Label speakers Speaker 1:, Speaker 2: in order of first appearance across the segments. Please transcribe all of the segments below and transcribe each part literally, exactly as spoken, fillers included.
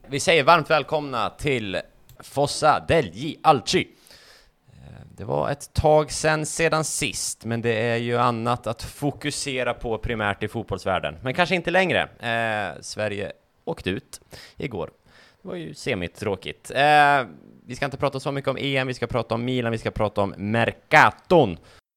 Speaker 1: Vi säger varmt välkomna till Fossa degli Alci. Det var ett tag sedan sedan sist, men det är ju annat att fokusera på primärt i fotbollsvärlden. Men kanske inte längre. Eh, Sverige åkte ut igår. Det var ju semitråkigt. Eh, vi ska inte prata så mycket om E M, vi ska prata om Milan, vi ska prata om Mercaton.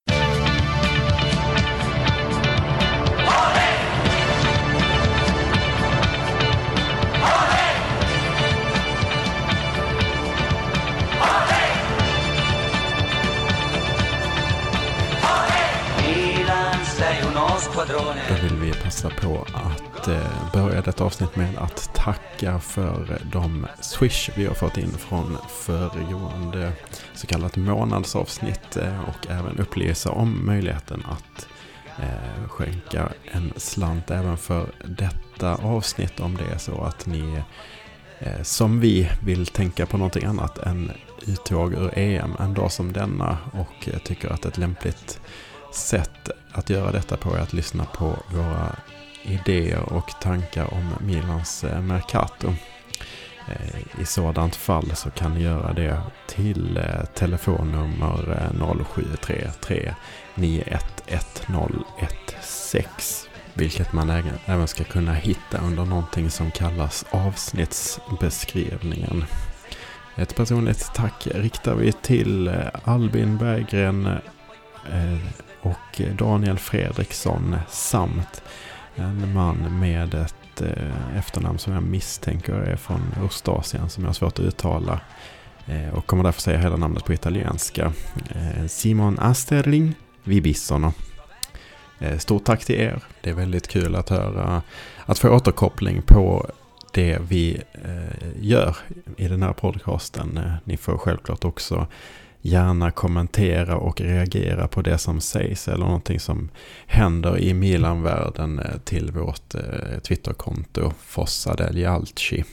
Speaker 2: Då vill vi passa på att eh, börja detta avsnitt med att tacka för de swish vi har fått in från föregående så kallat månadsavsnitt eh, och även upplysa om möjligheten att eh, skänka en slant även för detta avsnitt om det är så att ni eh, som vi vill tänka på någonting annat än uttåg ur E M en dag som denna och eh, tycker att ett lämpligt sätt att göra detta på är att lyssna på våra idéer och tankar om Milans eh, Mercato. Eh, I sådant fall så kan ni göra det till eh, telefonnummer eh, noll sju tre tre nio ett ett noll ett sex, vilket man även, även ska kunna hitta under någonting som kallas avsnittsbeskrivningen. Ett personligt tack riktar vi till eh, Albin Berggren eh, och Daniel Fredriksson samt en man med ett eh, efternamn som jag misstänker är från Ostasien som jag har svårt att uttala eh, och kommer därför säga hela namnet på italienska. Eh, Simon Asterling Vibissono. Eh, stort tack till er. Det är väldigt kul att höra, att få återkoppling på det vi eh, gör i den här podcasten. Eh, ni får självklart också gärna kommentera och reagera på det som sägs eller någonting som händer i Milan-världen till vårt eh, Twitterkonto Fossa degli Alci.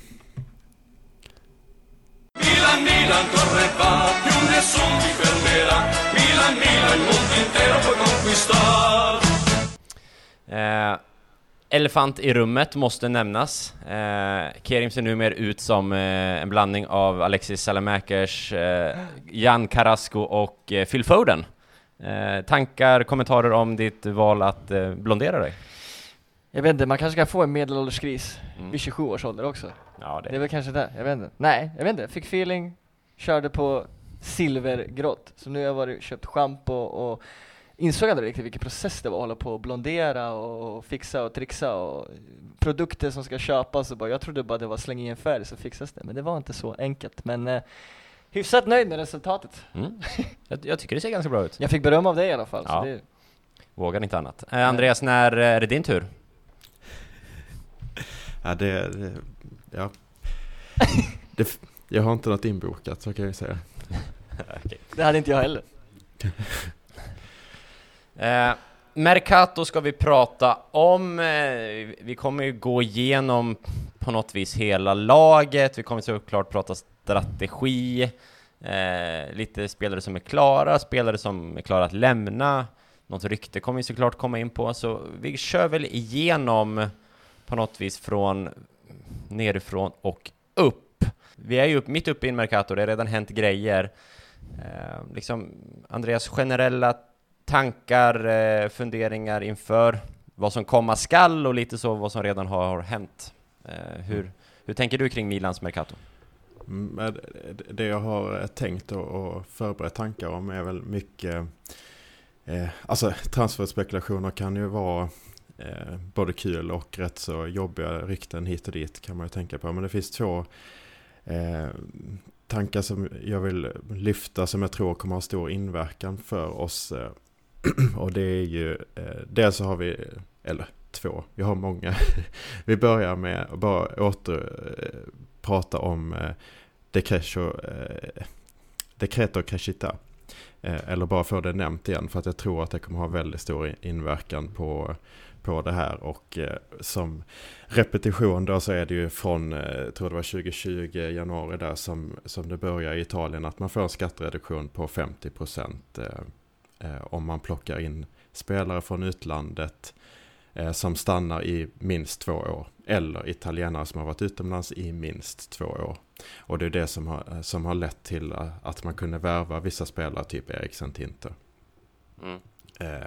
Speaker 2: Milan, Milan, torre va, più nessun ti fermerà. Milan, Milan, il mondo intero puoi conquistar.
Speaker 1: Eh, elefant i rummet måste nämnas. Eh, Kerim ser nu mer ut som eh, en blandning av Alexis Salamakers, eh, Jan Carrasco och eh, Phil Foden. Eh, tankar, kommentarer om ditt val att eh, blondera dig?
Speaker 3: Jag vet inte, man kanske ska få en medelålderskris mm. vid tjugosju års ålder också.
Speaker 1: Ja, det.
Speaker 3: det är väl kanske det, jag vet inte. Nej, jag vet inte, fick feeling, körde på silvergrått. Så nu har jag varit köpt shampoo och insåg aldrig riktigt vilken process det var att hålla på och blondera och fixa och trixa och produkter som ska köpas och bara, jag trodde bara det var slänga i en färg så fixas det, men det var inte så enkelt, men eh, hyfsat nöjd med resultatet.
Speaker 1: Mm. Jag, jag tycker det ser ganska bra ut.
Speaker 3: Jag fick beröm av dig i alla fall.
Speaker 1: Ja.
Speaker 3: Så det...
Speaker 1: Vågar inte annat. Eh, Andreas, när är det din tur?
Speaker 2: Ja, det, det ja. det, jag har inte något inbokat, så kan jag säga.
Speaker 3: Okay. Det hade inte jag heller.
Speaker 1: Eh, Mercato ska vi prata om. Eh, vi kommer ju gå igenom på något vis hela laget. Vi kommer såklart prata strategi. Eh, lite spelare som är klara, spelare som är klara att lämna. Något rykte kommer vi såklart komma in på. Så vi kör väl igenom på något vis från nerifrån och upp. Vi är ju upp, mitt uppe i en Mercato. Det har redan hänt grejer. Eh, liksom Andreas generella tankar, eh, funderingar inför vad som komma skall och lite så vad som redan har, har hänt. Eh, hur, hur tänker du kring Milans Mercato?
Speaker 2: Mm, det jag har tänkt och, och förberett tankar om är väl mycket eh, alltså transferspekulationer kan ju vara eh, både kul och rätt så jobbiga rykten hit och dit kan man ju tänka på, men det finns två eh, tankar som jag vill lyfta som jag tror kommer ha stor inverkan för oss. Och det är ju, eh, dels så har vi, eller två, vi har många. Vi börjar med att bara åter eh, prata om eh, Decreto, eh, Decreto Crescita. Eh, eller bara få det nämnt igen för att jag tror att det kommer ha väldigt stor inverkan på, på det här. Och eh, som repetition då så är det ju från, eh, tror det var tjugo tjugo januari där som, som det börjar i Italien att man får en skattereduktion på femtio procent eh, eh, om man plockar in spelare från utlandet eh, som stannar i minst två år. Eller italienare som har varit utomlands i minst två år. Och det är det som har, som har lett till att man kunde värva vissa spelare, typ Eriksen till Inter.
Speaker 1: Mm.
Speaker 2: Eh,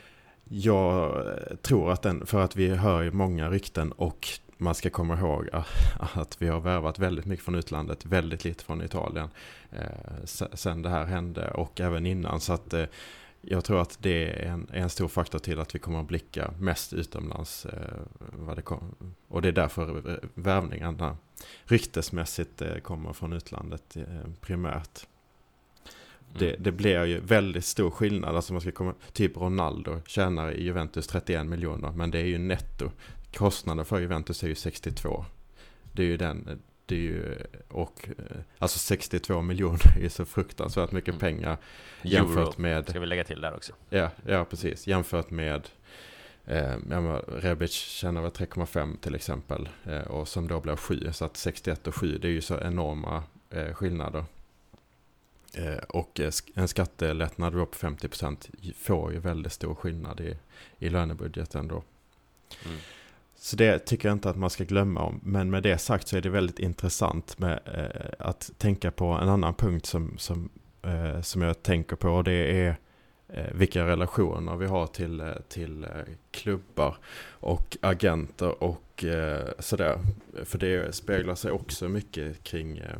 Speaker 2: jag tror att den, för att vi hör ju många rykten och man ska komma ihåg att vi har värvat väldigt mycket från utlandet, väldigt lite från Italien eh, sen det här hände och även innan. Så att eh, jag tror att det är en, en stor faktor till att vi kommer att blicka mest utomlands. Eh, vad det kom, och det är därför värvningarna ryktesmässigt eh, kommer från utlandet eh, primärt. Det,
Speaker 1: Mm.
Speaker 2: det blir ju väldigt stor skillnad. Alltså man ska komma, typ Ronaldo tjänar i Juventus trettioen miljoner, men det är ju netto. Kostnaden för Juventus är ju sextiotvå. Det är ju den, det är ju, och alltså sextiotvå miljoner är ju så fruktansvärt mycket
Speaker 1: Mm.
Speaker 2: pengar jämfört
Speaker 1: Euro,
Speaker 2: med,
Speaker 1: ska vi lägga till där också.
Speaker 2: ja, ja precis, jämfört med eh, Rebic tjänar väl tre komma fem till exempel eh, och som då blir sju, så att sextioett och sju, det är ju så enorma eh, skillnader. Eh, och eh, en skattelättnad på femtio procent får ju väldigt stor skillnad i, i lönebudgeten då.
Speaker 1: Mm.
Speaker 2: Så det tycker jag inte att man ska glömma om. Men med det sagt så är det väldigt intressant med eh, att tänka på en annan punkt som, som, eh, som jag tänker på. Och det är eh, vilka relationer vi har till, till eh, klubbar och agenter och eh, sådär. För det speglar sig också mycket kring, eh,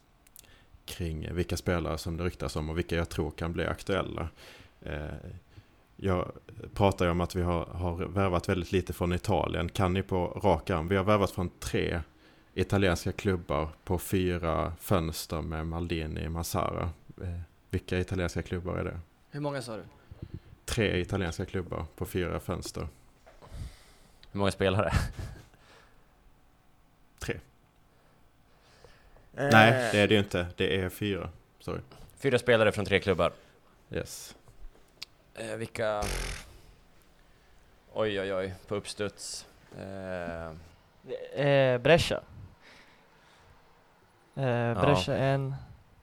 Speaker 2: kring vilka spelare som det ryktas om och vilka jag tror kan bli aktuella. Eh, Jag pratar ju om att vi har, har värvat väldigt lite från Italien. Kan ni på rak arm? Vi har värvat från tre italienska klubbar på fyra fönster med Maldini och Massara. Eh, vilka italienska klubbar är det?
Speaker 3: Hur många sa du?
Speaker 2: Tre italienska klubbar på fyra fönster.
Speaker 1: Hur många spelare?
Speaker 2: Tre.
Speaker 3: Eh.
Speaker 2: Nej, det är det ju inte. Det är fyra. Sorry.
Speaker 1: Fyra spelare från tre klubbar.
Speaker 2: Yes.
Speaker 1: Eh, vilka... Oj, oj, oj. På uppstuds. Eh,
Speaker 3: Eh, Brescia. Eh, Brescia en.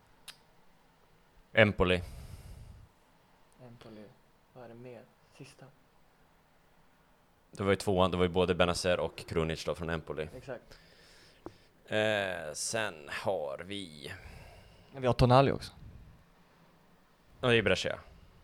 Speaker 1: Empoli.
Speaker 3: Empoli. Vad är det mer? Sista.
Speaker 1: Det var ju tvåan. Det var ju både Benazer och Krunic då från Empoli.
Speaker 3: Exakt.
Speaker 1: Eh, sen har vi...
Speaker 3: Vi har Tonali också.
Speaker 1: Ja, det är Brescia.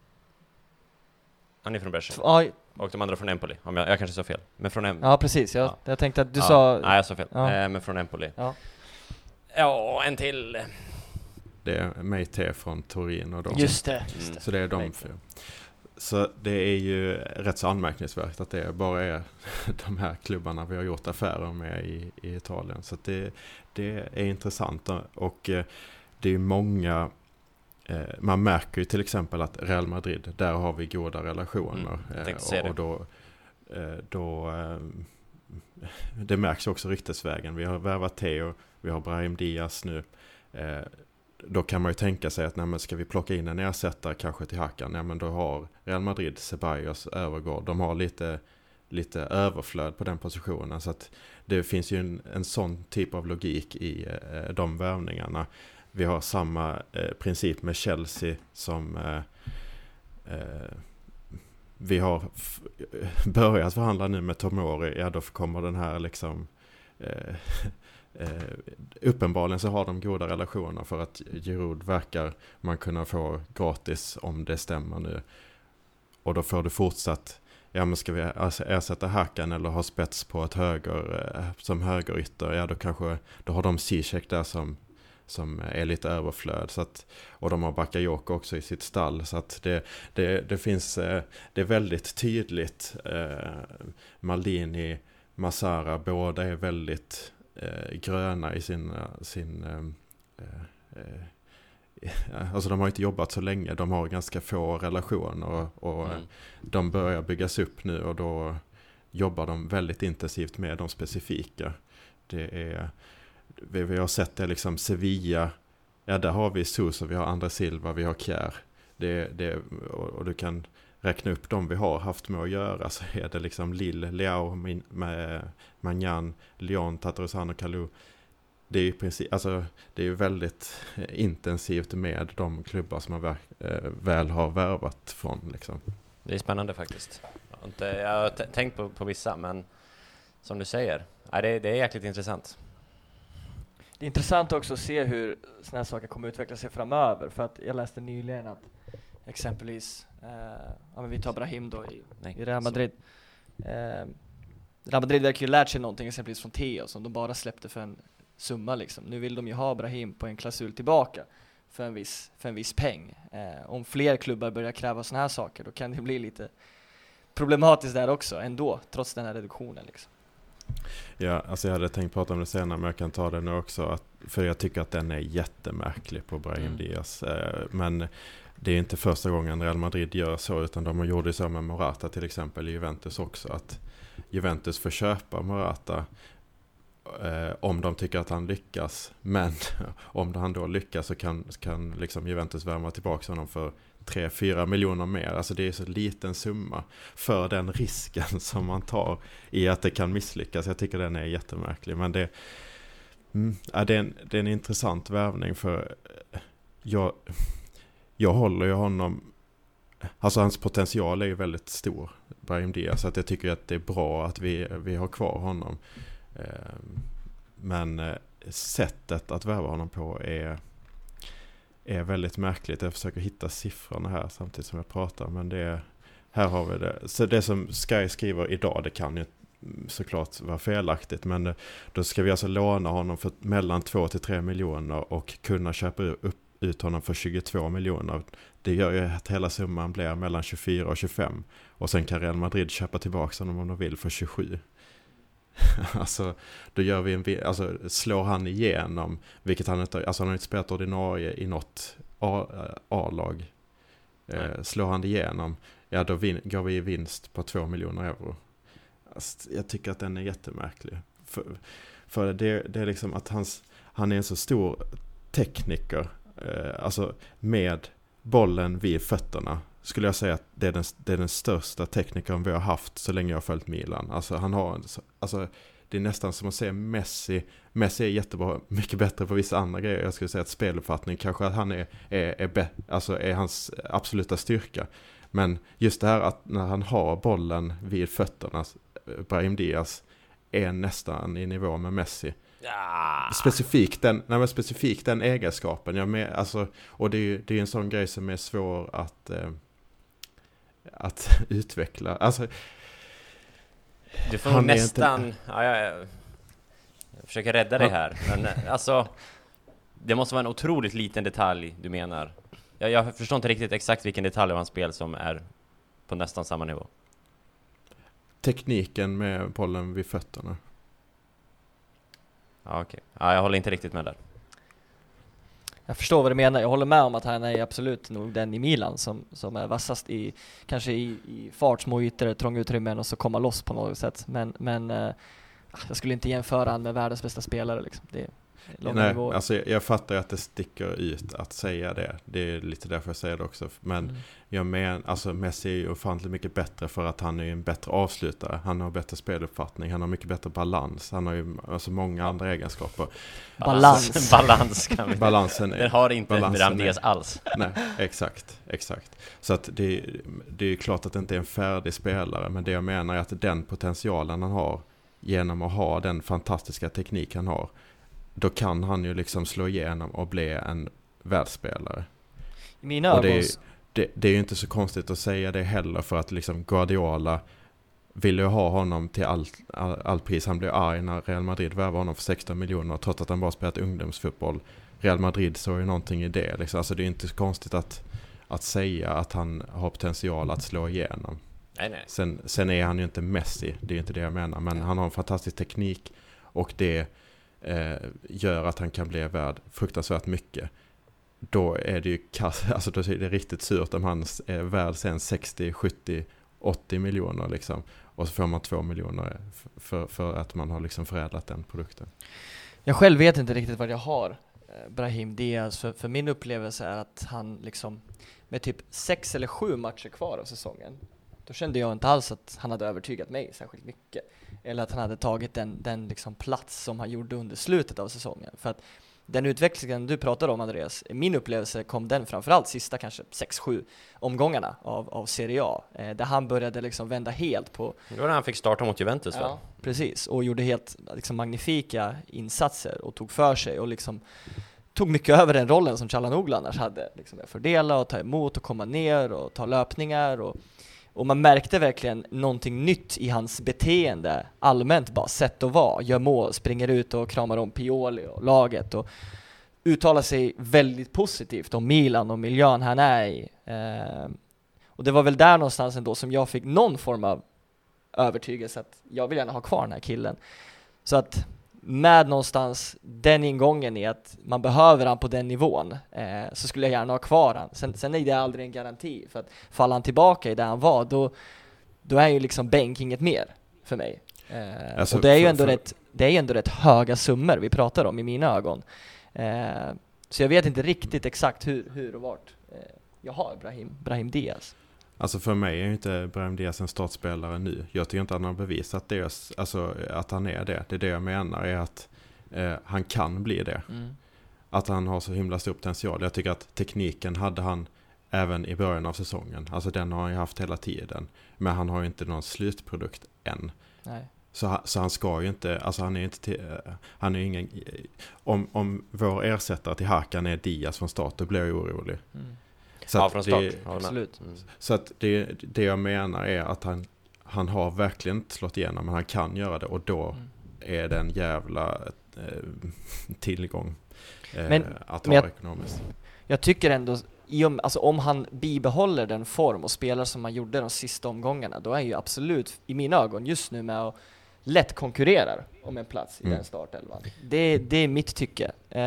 Speaker 1: Han är från Brescia.
Speaker 3: Ja,
Speaker 1: Och de andra från Empoli. Om jag, jag kanske sa fel. Men från Empoli.
Speaker 3: ja precis. Jag,
Speaker 1: Ja.
Speaker 3: jag tänkte att du
Speaker 1: ja.
Speaker 3: sa...
Speaker 1: Nej, jag sa fel.
Speaker 3: Ja.
Speaker 1: Eh, men från Empoli.
Speaker 3: Ja.
Speaker 1: Ja, en till.
Speaker 2: Det är Meite från Turin och de.
Speaker 3: Just det. Just
Speaker 1: Mm.
Speaker 3: det.
Speaker 2: Så det är de
Speaker 3: Meite.
Speaker 2: fyra. Så det är ju rätt så anmärkningsvärt att det bara är de här klubbarna vi har gjort affärer med i, i Italien. Så att det, det är intressant och eh, det är många, eh, man märker ju till exempel att Real Madrid, där har vi goda relationer.
Speaker 1: Mm, jag tänkte
Speaker 2: eh,
Speaker 1: säga
Speaker 2: och, och då, eh, då eh, det märks också ryktesvägen. Vi har värvat Theo, vi har Brahim Diaz nu. Eh, Då kan man ju tänka sig att nej, men ska vi plocka in en ersättare kanske till Hakan, ja, men då har Real Madrid, Ceballos, Övergård, de har lite, lite överflöd på den positionen. Så att det finns ju en, en sån typ av logik i eh, de värvningarna. Vi har samma eh, princip med Chelsea som eh, eh, vi har f- börjat förhandla nu med Tomori. Ja, då kommer den här liksom... Eh, Eh, uppenbarligen så har de goda relationer för att Giroud verkar man kunna få gratis om det stämmer nu. Och då får du fortsatt, ja men ska vi alltså ersätta Hakan eller ha spets på ett höger eh, som högerytter, ja då kanske då har de Ziyech där som, som är lite överflöd. Så att, och de har Bakayoko också i sitt stall. Så att det, det, det finns, eh, det är väldigt tydligt. Eh, Maldini, Massara, båda är väldigt Eh, gröna i sin, sin eh, eh, alltså de har inte jobbat så länge, de har ganska få relationer och, och
Speaker 1: Mm.
Speaker 2: de börjar byggas upp nu och då jobbar de väldigt intensivt med de specifika. Det är, vi, vi har sett det liksom Sevilla, ja där har vi Sousa, vi har André Silva, vi har Kjær. Det, det, och, och du kan räkna upp dem vi har haft med att göra, så är det liksom Lille, Leao, Min, med Magnan, Lyon, Tatarusano, Kalou. Det är ju princip, alltså det är ju väldigt intensivt med de klubbar som man väl, eh, väl har värvat från liksom.
Speaker 1: Det är spännande faktiskt. Inte, jag har t- tänkt på, på vissa, men som du säger, ja, det, det är jäkligt intressant.
Speaker 3: Det är intressant också att se hur såna här saker kommer utveckla sig framöver. För att jag läste nyligen att exempelvis, eh, ja, men vi tar Brahim då i,
Speaker 1: Nej,
Speaker 3: i Real Madrid. Eh, Real Madrid verkar ju lärt sig någonting exempelvis från Theo som de bara släppte för en summa liksom. Nu vill de ju ha Brahim på en klausul tillbaka för en viss, för en viss peng. Eh, om fler klubbar börjar kräva såna här saker, då kan det bli lite problematiskt där också ändå, trots den här reduktionen liksom.
Speaker 2: Ja, alltså jag hade tänkt prata om det senare, men jag kan ta det nu också. Att, för jag tycker att den är jättemärklig på Brahim mm. Diaz. Eh, men det är inte första gången Real Madrid gör så, utan de har gjort det så med Morata till exempel i Juventus också. Att Juventus får köpa Morata eh, om de tycker att han lyckas. Men om han då lyckas så kan, kan liksom Juventus värma tillbaka honom för tre fyra miljoner mer. Alltså det är så liten summa för den risken som man tar i att det kan misslyckas. Jag tycker den är jättemärklig. Men det, mm, är, det en, det är en intressant värvning för jag, jag håller ju honom, alltså hans potential är ju väldigt stor, Brahim Diaz, så att jag tycker att det är bra att vi, vi har kvar honom. Men sättet att värva honom på är är väldigt märkligt. Jag försöker hitta siffrorna här samtidigt som jag pratar, men det här har vi det. Så det som Sky skriver idag, det kan ju såklart vara felaktigt, men då ska vi alltså låna honom för mellan två till tre miljoner och kunna köpa upp ut honom för tjugotvå miljoner. Det gör ju att hela summan blir mellan tjugofyra och tjugofem, och sen kan Real Madrid köpa tillbaka honom om de vill för tjugosju. Alltså då gör vi en, alltså slår han igenom, vilket han inte, alltså han har inte spelat ordinarie i något A, A-lag. Eh, slår han igenom, ja då vin, går vi i vinst på två miljoner euro. Alltså, jag tycker att den är jättemärklig. För, för det, det är liksom att hans, han är en så stor tekniker, eh, alltså med bollen vid fötterna. Skulle jag säga att det är, den, det är den största teknikern vi har haft så länge jag har följt Milan. Alltså han har, alltså det är nästan som att se Messi. Messi är jättebra, mycket bättre på vissa andra grejer. Jag skulle säga att speluppfattning kanske att han är, är, är, be, alltså är hans absoluta styrka. Men just det här att när han har bollen vid fötterna, Brahim Diaz är nästan i nivå med Messi.
Speaker 1: Ja.
Speaker 2: Specifikt den, nej men specifikt den egenskapen. Jag med, alltså, och det är ju det är en sån grej som är svår att eh, att utveckla. Alltså,
Speaker 1: du får nästan inte... ja, ja, ja. Jag försöker rädda dig här, men alltså det måste vara en otroligt liten detalj du menar. Jag, jag förstår inte riktigt exakt vilken detalj av hans spel som är på nästan samma nivå.
Speaker 2: Tekniken med bollen vid fötterna.
Speaker 1: Ja, okej. Ja, jag håller inte riktigt med där.
Speaker 3: Jag förstår vad du menar. Jag håller med om att han är absolut nog den i Milan som, som är vassast i kanske i, i fart, små ytor, trånga utrymmen och så komma loss på något sätt. Men, men eh, jag skulle inte jämföra han med världens bästa spelare. Liksom. Det är långa
Speaker 2: Nej,
Speaker 3: nivåer.
Speaker 2: alltså jag, jag fattar att det sticker ut att säga det. Det är lite därför jag säger det också. Men mm. jag menar, alltså Messi är ju ofantligt mycket bättre för att han är en bättre avslutare. Han har bättre speluppfattning. Han har mycket bättre balans. Han har ju alltså många andra egenskaper.
Speaker 3: Balans.
Speaker 1: Balans kan vi.
Speaker 2: Balansen är,
Speaker 1: det har inte Brahim Diaz alls.
Speaker 2: Nej, exakt, exakt. Så att det, det är ju klart att det inte är en färdig spelare. Men det jag menar är att den potentialen han har genom att ha den fantastiska teknik han har, då kan han ju liksom slå igenom och bli en världsspelare.
Speaker 3: I mina
Speaker 2: och det,
Speaker 3: ögon...
Speaker 2: är, det, det är ju inte så konstigt att säga det heller, för att liksom Guardiola vill ju ha honom till all, all, all pris. Han blev arg när Real Madrid värvade honom för sexton miljoner trots att han bara spelat ungdomsfotboll. Real Madrid såg ju någonting i det. Liksom. Alltså det är inte så konstigt att, att säga att han har potential att slå igenom.
Speaker 1: Nej, nej.
Speaker 2: Sen, sen är han ju inte Messi, det är inte det jag menar. Men han har en fantastisk teknik och det Eh, gör att han kan bli värd fruktansvärt mycket. Då är det ju kass, alltså då är det riktigt surt om han är värd sen sextio, sjuttio, åttio miljoner liksom. Och så får man två miljoner för, för att man har liksom förädlat den produkten.
Speaker 3: Jag själv vet inte riktigt vad jag har eh, Brahim Diaz, för, för min upplevelse är att han liksom med typ sex eller sju matcher kvar av säsongen, då kände jag inte alls att han hade övertygat mig särskilt mycket. Eller att han hade tagit den, den liksom plats som han gjorde under slutet av säsongen. För att den utvecklingen du pratar om, Andreas, min upplevelse kom den framförallt sista kanske sex sju omgångarna av, av Serie A, eh, där han började liksom vända helt på...
Speaker 1: Det var när han fick starta mot Juventus,
Speaker 3: ja, va? Precis, och gjorde helt liksom magnifika insatser och tog för sig och liksom tog mycket över den rollen som Çalhanoğlu annars hade, liksom att fördela och ta emot och komma ner och ta löpningar och, och man märkte verkligen någonting nytt i hans beteende allmänt, bara sätt att vara, gör mål, springer ut och kramar om Pioli och laget och uttalar sig väldigt positivt om Milan och miljön han är i. Eh, och det var väl där någonstans ändå som jag fick någon form av övertygelse att jag vill gärna ha kvar den här killen. Så att med någonstans den ingången i att man behöver han på den nivån, eh, så skulle jag gärna ha kvar han. Sen, sen är det aldrig en garanti, för att faller han tillbaka i där han var, då, då är ju liksom bänk inget mer för mig. Eh, alltså, och det är ju ändå för, för... Rätt, det är ju ändå rätt höga summor vi pratar om i mina ögon. Eh, så jag vet inte riktigt exakt hur, hur och vart eh, jag har Brahim, Brahim Diaz.
Speaker 2: Alltså för mig är ju inte Brahim Diaz en startspelare nu. Jag tycker inte att han har bevisat det, alltså att han är det. Det är det jag menar, är att eh, han kan bli det. Mm. Att han har så himla stor potential. Jag tycker att tekniken hade han även i början av säsongen. Alltså den har han ju haft hela tiden. Men han har ju inte någon slutprodukt än. Nej. Så, så han ska ju inte, alltså han är inte till, han är ingen, om, om vår ersättare till Hakan är Diaz från start, då blir jag orolig. Mm.
Speaker 1: Så ja, från start.
Speaker 2: Det,
Speaker 3: absolut.
Speaker 2: Mm. Så att det, det jag menar är att han, han har verkligen inte slått igenom, men han kan göra det, och då mm. är det en jävla eh, tillgång eh, men, att ha
Speaker 3: men jag,
Speaker 2: ekonomiskt.
Speaker 3: Jag tycker ändå, i om, alltså om han bibehåller den form och spelar som han gjorde de sista omgångarna, då är han ju absolut i mina ögon just nu med att lätt konkurrerar om en plats i mm. den startelvan. Det, det är mitt tycke.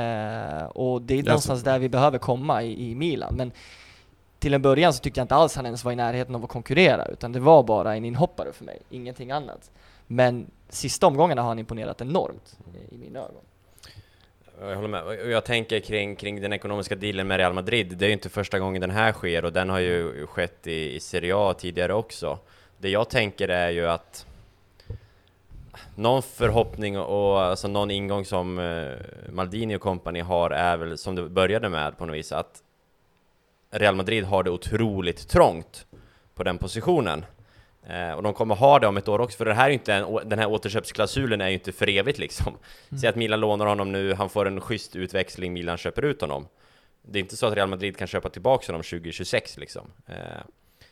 Speaker 3: Eh, och det är någonstans där vi behöver komma i, i Milan. Men till en början så tyckte jag inte alls han ens var i närheten av att konkurrera, utan det var bara en inhoppare för mig, ingenting annat. Men sista omgångarna har han imponerat enormt i, i mina ögon.
Speaker 1: Jag håller med. Jag tänker kring, kring den ekonomiska dealen med Real Madrid. Det är ju inte första gången den här sker, och den har ju skett i, i Serie A tidigare också. Det jag tänker är ju att någon förhoppning och alltså någon ingång som eh, Maldini och company har är väl, som det började med på något vis, att Real Madrid har det otroligt trångt på den positionen. Eh, och de kommer ha det om ett år också, för det här är inte en, den här återköpsklausulen är ju inte för evigt liksom. Mm. Säg att Milan lånar honom nu, han får en schysst utväxling, Milan köper ut honom. Det är inte så att Real Madrid kan köpa tillbaka honom tjugo tjugosex liksom. Eh,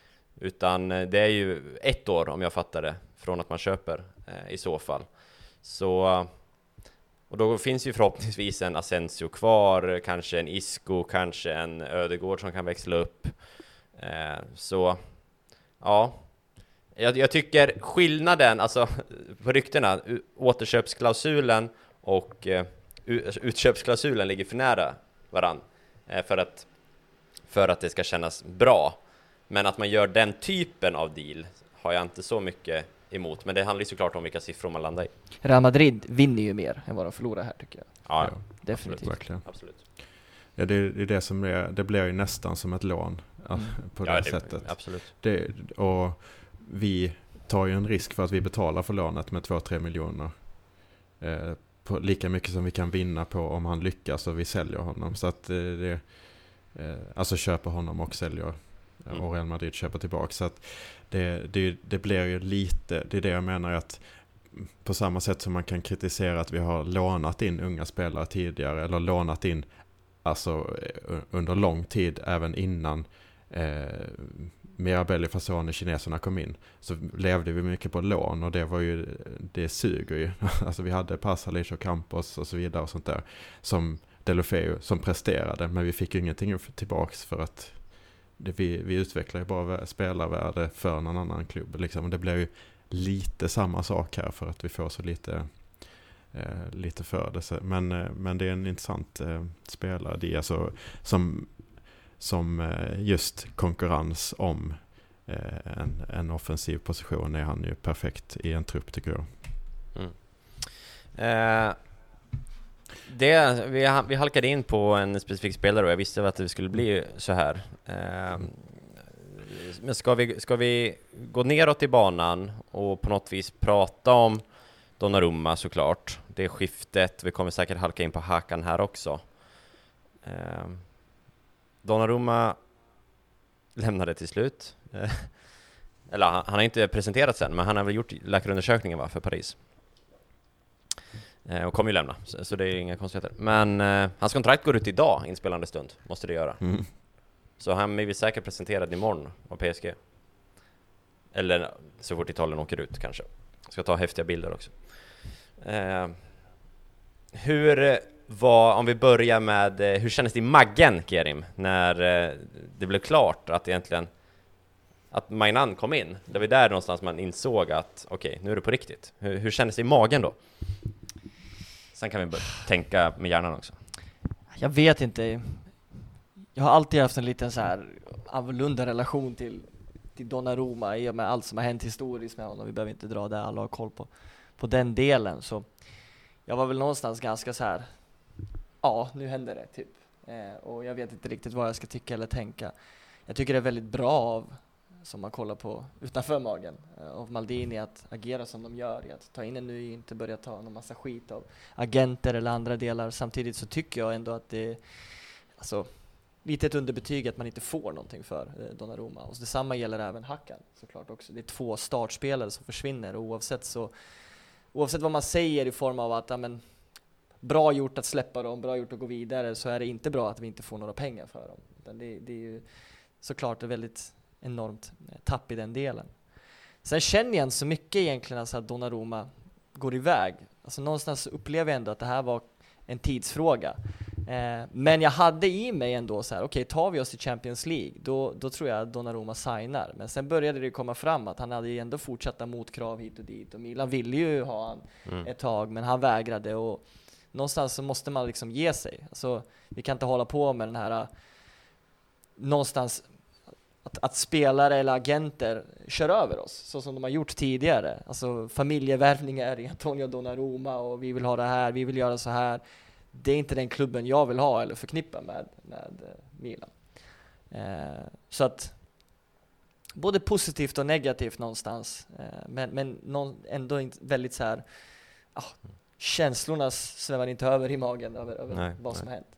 Speaker 1: utan det är ju ett år, om jag fattar det, från att man köper eh, i så fall. Så, och då finns ju förhoppningsvis en Asensio kvar, kanske en Isco, kanske en Ödegård som kan växla upp. Eh, så ja, jag, jag tycker skillnaden, alltså på ryktena, återköpsklausulen och eh, utköpsklausulen ligger för nära varann eh, för att, för att det ska kännas bra. Men att man gör den typen av deal har jag inte så mycket emot. Men det handlar ju såklart om vilka siffror man landar i.
Speaker 3: Real Madrid vinner ju mer än vad de förlorar här, tycker jag.
Speaker 1: Ja,
Speaker 2: ja
Speaker 3: definitivt.
Speaker 2: Absolut.
Speaker 1: absolut.
Speaker 2: Ja, det, det är det som är, det blir ju nästan som ett lån mm. på det, ja, det sättet.
Speaker 1: Absolut.
Speaker 2: Det, och vi tar ju en risk för att vi betalar för lånet med två till tre miljoner. Eh, på lika mycket som vi kan vinna på om han lyckas och vi säljer honom. Så att eh, det, eh, alltså köper honom och säljer. Mm. Och Real Madrid köper tillbaka. Så att det, det, det blir ju lite, det är det jag menar, att på samma sätt som man kan kritisera att vi har lånat in unga spelare tidigare, eller lånat in alltså under lång tid även innan eh, Mirabelli, Fasone, kineserna kom in, så levde vi mycket på lån, och det var ju, det suger ju. Alltså vi hade Pasalic och Campos och så vidare och sånt där som Deulofeu som presterade, men vi fick ju ingenting tillbaks för att det, vi, vi utvecklar ju bara spelarvärde för någon annan klubb liksom. Och det blir ju lite samma sak här för att vi får så lite eh, lite för det. Men, eh, men det är en intressant eh, spelare, det är alltså som, som eh, just konkurrens om eh, en, en offensiv position är han ju perfekt i en trupp, tycker jag.
Speaker 1: Mm. Eh. Det, vi, vi halkade in på en specifik spelare och jag visste att det skulle bli så här. Eh, men ska vi, ska vi gå neråt i banan och på något vis prata om Donnarumma, såklart. det skiftet. Vi kommer säkert halka in på Hakan här också. Eh, Donnarumma lämnade till slut. Eh, eller han, han har inte presenterat sen, men han har väl gjort läkarundersökningen va, för Paris. Eh, och kommer ju lämna, så, så det är inga konstigheter. Men eh, hans kontrakt går ut idag, inspelande stund. Måste det göra.
Speaker 2: Mm.
Speaker 1: Så han blir säkert presenterad imorgon av P S G. Eller så fort Italien åker ut kanske. Ska ta häftiga bilder också. Eh, hur var, om vi börjar med, eh, hur kändes det i maggen, Kerim, när eh, det blev klart att egentligen att Mainan kom in? Det var där någonstans man insåg att okej, okay, nu är det på riktigt. Hur, hur kändes det i magen då? Sen kan vi börja tänka med hjärnan också.
Speaker 3: Jag vet inte. Jag har alltid haft en liten så här annorlunda relation till, till Donnarumma i och med allt som har hänt historiskt med honom. Vi behöver inte dra det, alla har koll på, på den delen. Så jag var väl någonstans ganska så här, ja, nu händer det typ. Eh, och jag vet inte riktigt vad jag ska tycka eller tänka. Jag tycker det är väldigt bra av, som man kollar på utanför magen, eh, av Maldini att agera som de gör, i att ta in en ny, inte börja ta någon massa skit av agenter eller andra delar. Samtidigt så tycker jag ändå att det, alltså, lite ett underbetyg att man inte får någonting för eh, Donnarumma. Och detsamma gäller även Hakan såklart också. Det är två startspelare som försvinner, och oavsett så oavsett vad man säger i form av att ja, men, bra gjort att släppa dem, bra gjort att gå vidare, så är det inte bra att vi inte får några pengar för dem. Utan det, det är ju såklart ett väldigt enormt tapp i den delen. Sen känner jag inte så mycket egentligen alltså att Donnarumma går iväg. Alltså någonstans upplever jag ändå att det här var en tidsfråga. Eh, men jag hade i mig ändå så här, okej, okay, tar vi oss till Champions League, då, då tror jag att Donnarumma signar. Men sen började det komma fram att han hade ju ändå fortsatta motkrav hit och dit. Och Milan ville ju ha han mm. ett tag, men han vägrade. Och någonstans så måste man liksom ge sig. Alltså, vi kan inte hålla på med den här någonstans att, att spelare eller agenter kör över oss, så som de har gjort tidigare. Alltså familjevärvningar i Antonio Donnarumma, och vi vill ha det här, vi vill göra så här. Det är inte den klubben jag vill ha eller förknippa med, med Milan. Eh, så att både positivt och negativt någonstans. Eh, men men någon, ändå inte väldigt så här, ah, känslorna svävar inte över i magen över, över nej, vad nej. som har hänt.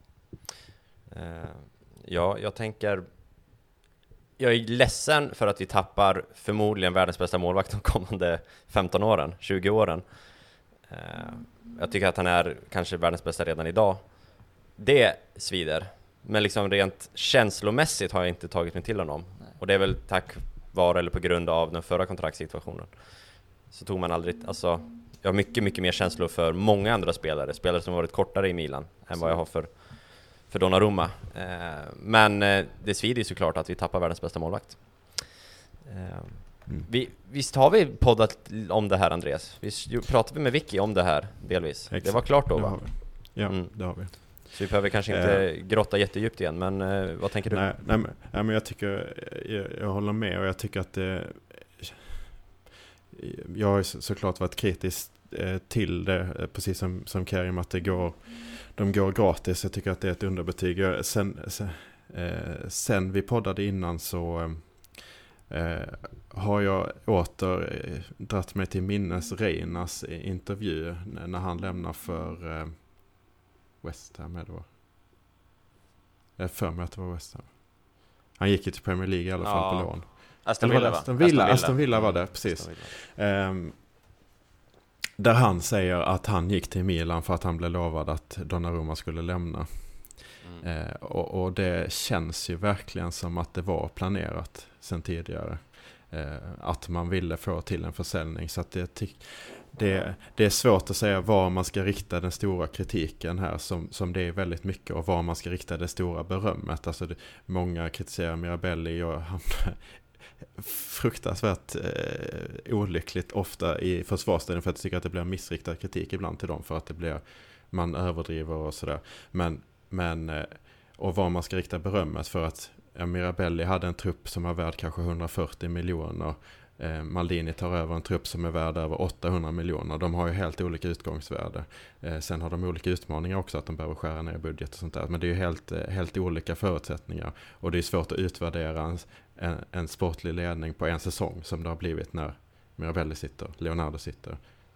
Speaker 1: Uh, ja, jag tänker, jag är ledsen för att vi tappar förmodligen världens bästa målvakt de kommande femton åren, tjugo åren. Uh, jag tycker att han är kanske världens bästa redan idag. Det svider. Men liksom rent känslomässigt har jag inte tagit mig till honom. Nej. Och det är väl tack vare eller på grund av den förra kontraktssituationen. Så tog man aldrig, alltså jag har mycket, mycket mer känslor för många andra spelare. Spelare som har varit kortare i Milan än så. Vad jag har för, för Donnarumma. Eh, men eh, det svider ju såklart att vi tappar världens bästa målvakt. Eh, mm. vi, visst har vi poddat om det här, Andreas? Visst pratade vi med Vicky om det här delvis? Exakt. Det var klart då, va?
Speaker 2: Ja, mm. det har vi.
Speaker 1: Så vi behöver kanske inte eh. grotta jättedjupt igen, men eh, vad tänker du?
Speaker 2: Nej, nej, men, nej, men jag tycker, jag, jag håller med, och jag tycker att det, jag har såklart varit kritisk eh, till det, precis som, som Kerim, att det går, de går gratis. Jag tycker att det är ett underbetyg. Jag, sen, sen, eh, sen vi poddade innan så eh, har jag åter eh, dratt mig till minnes Reinas intervju när han lämnar för eh, West Ham, eller vad? Jag för mig att det var West Ham. Han gick ju till Premier League i alla fall ja. på lån.
Speaker 1: Aston Villa,
Speaker 2: Aston Villa, Aston Villa. Aston Villa var det, precis. Um, där han säger att han gick till Milan för att han blev lovad att Donnarumma skulle lämna. Mm. Uh, och, och det känns ju verkligen som att det var planerat sedan tidigare. Uh, att man ville få till en försäljning. Så att det, det, det är svårt att säga var man ska rikta den stora kritiken här, som, som det är väldigt mycket, och var man ska rikta det stora berömmet. Alltså det, många kritiserar Mirabelli, och han fruktansvärt eh, olyckligt ofta i försvarsdelen, för att jag tycker att det blir missriktad kritik ibland till dem, för att det blir, man överdriver och sådär. Men, men eh, och var man ska rikta berömmet för att ja, Mirabelli hade en trupp som är värd kanske hundrafyrtio miljoner. Eh, Maldini tar över en trupp som är värd över åttahundra miljoner. De har ju helt olika utgångsvärde. Eh, sen har de olika utmaningar också, att de behöver skära ner budget och sånt där. Men det är ju helt, helt olika förutsättningar. Och det är svårt att utvärdera en, en, en sportlig ledning på en säsong, som det har blivit när Mirabelli sitter, Leonardo sitter.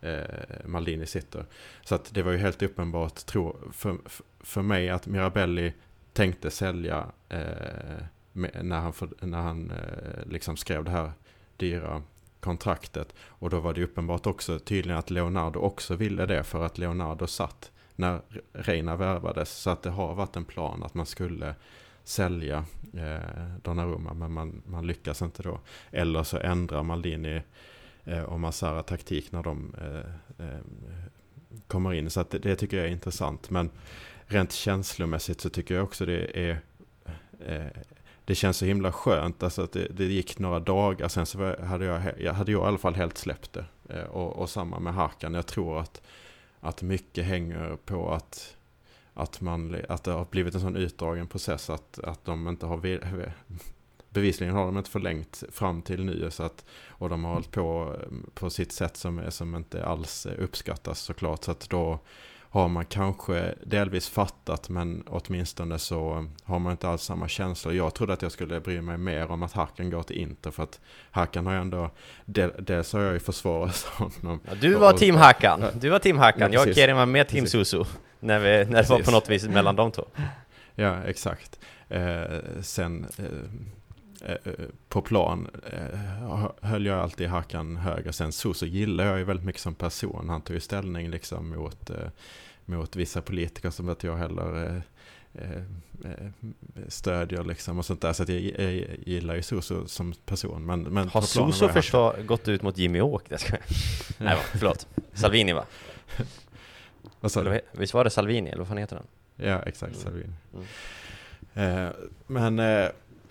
Speaker 2: eh, Maldini sitter. Så att det var ju helt uppenbart tro, för, för mig att Mirabelli tänkte sälja eh, med, när han, för, när han eh, liksom skrev det här dyra kontraktet. Och då var det uppenbart också tydligen att Leonardo också ville det, för att Leonardo satt när Reina värvades. Så att det har varit en plan att man skulle sälja eh, Donnarumma, men man, man lyckas inte då. Eller så ändrar Maldini eh, och Massara taktik när de eh, eh, kommer in. Så att det, det tycker jag är intressant. Men rent känslomässigt så tycker jag också det är eh, det känns så himla skönt. Alltså att det, det gick några dagar sen så var, hade jag, jag hade jag i alla fall helt släppt det. Eh, och, och samma med Hakan. Jag tror att, att mycket hänger på att Att, man, att det har blivit en sån utdragen process att, att de inte har bevisligen har de inte förlängt fram till nu, så att, och de har hållit på på sitt sätt som, är, som inte alls uppskattas såklart, så att då har man kanske delvis fattat, men åtminstone så har man inte alls samma känslor. Jag trodde att jag skulle bry mig mer om att Hakan går till Inter, för att Hakan har ju ändå del, dels har jag ju försvarat honom.
Speaker 1: Ja, du var och, team Hakan, du var team Hakan,
Speaker 2: ja,
Speaker 1: jag och Kerim var med team
Speaker 2: precis.
Speaker 1: Susu när, vi, när det var på något vis mellan de två.
Speaker 2: Ja, exakt. Eh, sen eh, eh, på plan eh, höll jag alltid Hakan högre. Sen Susu gillar jag ju väldigt mycket som person. Han tog ju ställning liksom mot, eh, mot vissa politiker som att jag heller eh, eh, stödjer liksom och sånt där. Så att jag, jag gillar ju Susu som person. Men, men
Speaker 1: har Susu försvar gått ut mot Jimmy Åk? Det ska jag. Nej, va, förlåt. Salvini, va? Eller, visst var det Salvini, eller vad fan heter han?
Speaker 2: Ja, exakt, mm. Salvini.
Speaker 1: Mm.
Speaker 2: Eh, men eh,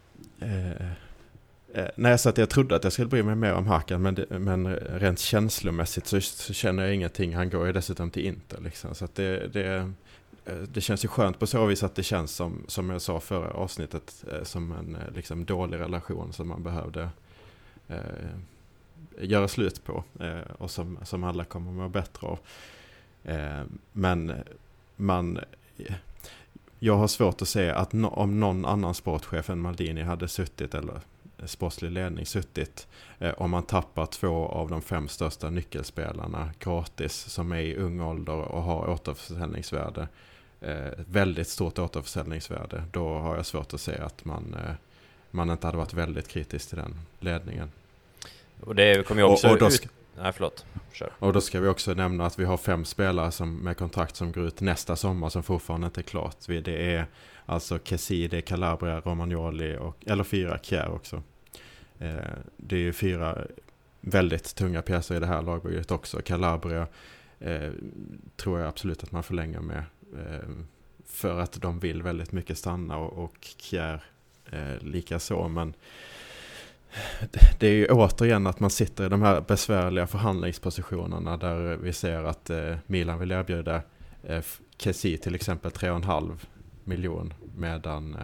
Speaker 2: eh, nej, så att jag trodde att jag skulle bry mig mer om Hakan, men, det, men rent känslomässigt så, så känner jag ingenting. Han går ju dessutom till Inter liksom, så att det, det, det känns ju skönt på så vis att det känns som, som jag sa förra avsnittet, eh, som en liksom dålig relation som man behövde eh, göra slut på, eh, och som, som alla kommer att må bättre av. Eh, men man jag har svårt att se att no, om någon annan sportchef än Maldini hade suttit, eller sportslig ledning suttit, eh, om man tappar två av de fem största nyckelspelarna gratis, som är i ung ålder och har återförsäljningsvärde, eh, väldigt stort återförsäljningsvärde, då har jag svårt att se att man, eh, man inte hade varit väldigt kritisk till den ledningen.
Speaker 1: Och det kommer ju också
Speaker 2: och, och
Speaker 1: ut... Nej, förlåt. Kör.
Speaker 2: Och då ska vi också nämna att vi har fem spelare som, med kontrakt som går ut nästa sommar som fortfarande inte är klart. Det är alltså Kessie, det är Calabria, Romagnoli och, eller fyra, Kjär också. Eh, det är ju fyra väldigt tunga pjäser i det här lagbygget också. Calabria eh, tror jag absolut att man förlänger med, eh, för att de vill väldigt mycket stanna, och, och Kjär eh, lika så, men det är ju återigen att man sitter i de här besvärliga förhandlingspositionerna där vi ser att eh, Milan vill erbjuda eh, Kessie till exempel tre och en halv miljon, medan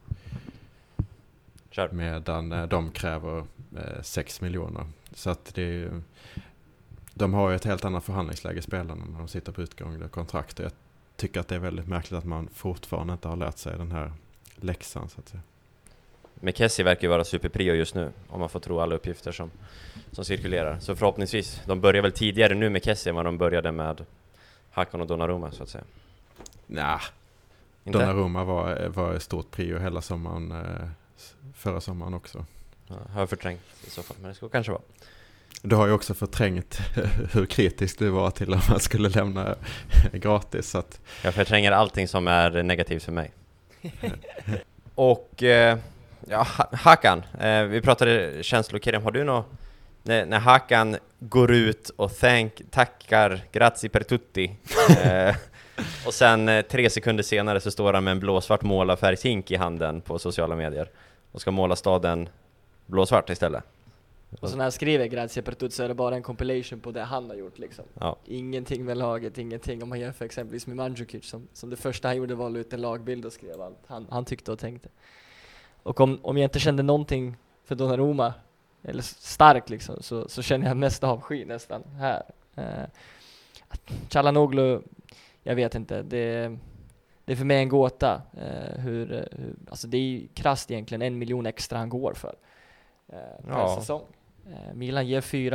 Speaker 2: eh, medan eh, de kräver eh, sex miljoner. Så att det är ju, de har ju ett helt annat förhandlingsläge, spelarna, när de sitter på utgående kontrakt. Jag tycker att det är väldigt märkligt att man fortfarande inte har lärt sig den här läxan, så att säga.
Speaker 1: Men Kessie verkar ju vara superprio just nu, om man får tro alla uppgifter som, som cirkulerar. Så förhoppningsvis, de börjar väl tidigare nu med Kessie än vad de började med Hakan och Donnarumma, så att säga.
Speaker 2: Nej, Donnarumma var, var ett stort prio hela sommaren, förra sommaren också.
Speaker 1: Ja, har jag förträngt i så fall, men det ska kanske vara.
Speaker 2: Du har ju också förträngt hur kritisk du var till om man skulle lämna gratis. Så att...
Speaker 1: Jag förtränger allting som är negativt för mig. Och... Eh, Ja, Hakan, eh, vi pratade känslor, Kerim, har du något när, när Hakan går ut och thank, tackar grazie per tutti eh, och sen eh, tre sekunder senare så står han med en blåsvart målarfärgshink i handen på sociala medier och ska måla staden blåsvart istället.
Speaker 3: Och så när han skriver grazie per tutti så är det bara en compilation på det han har gjort liksom.
Speaker 1: Ja. Ingenting
Speaker 3: med laget, ingenting. Om man jämför exempelvis med Mandzukic som, som det första han gjorde var att ut en lagbild och skrev allt han, han tyckte och tänkte. Och om, om jag inte kände någonting för Donnarumma, eller stark liksom, så, så känner jag mest avsky nästan här. Eh, Çalhanoğlu, jag vet inte, det, det är för mig en gåta. Eh, hur, hur, alltså det är ju krasst egentligen en miljon extra han går för eh, per
Speaker 1: ja.
Speaker 3: säsong. Eh, Milan ger fyra,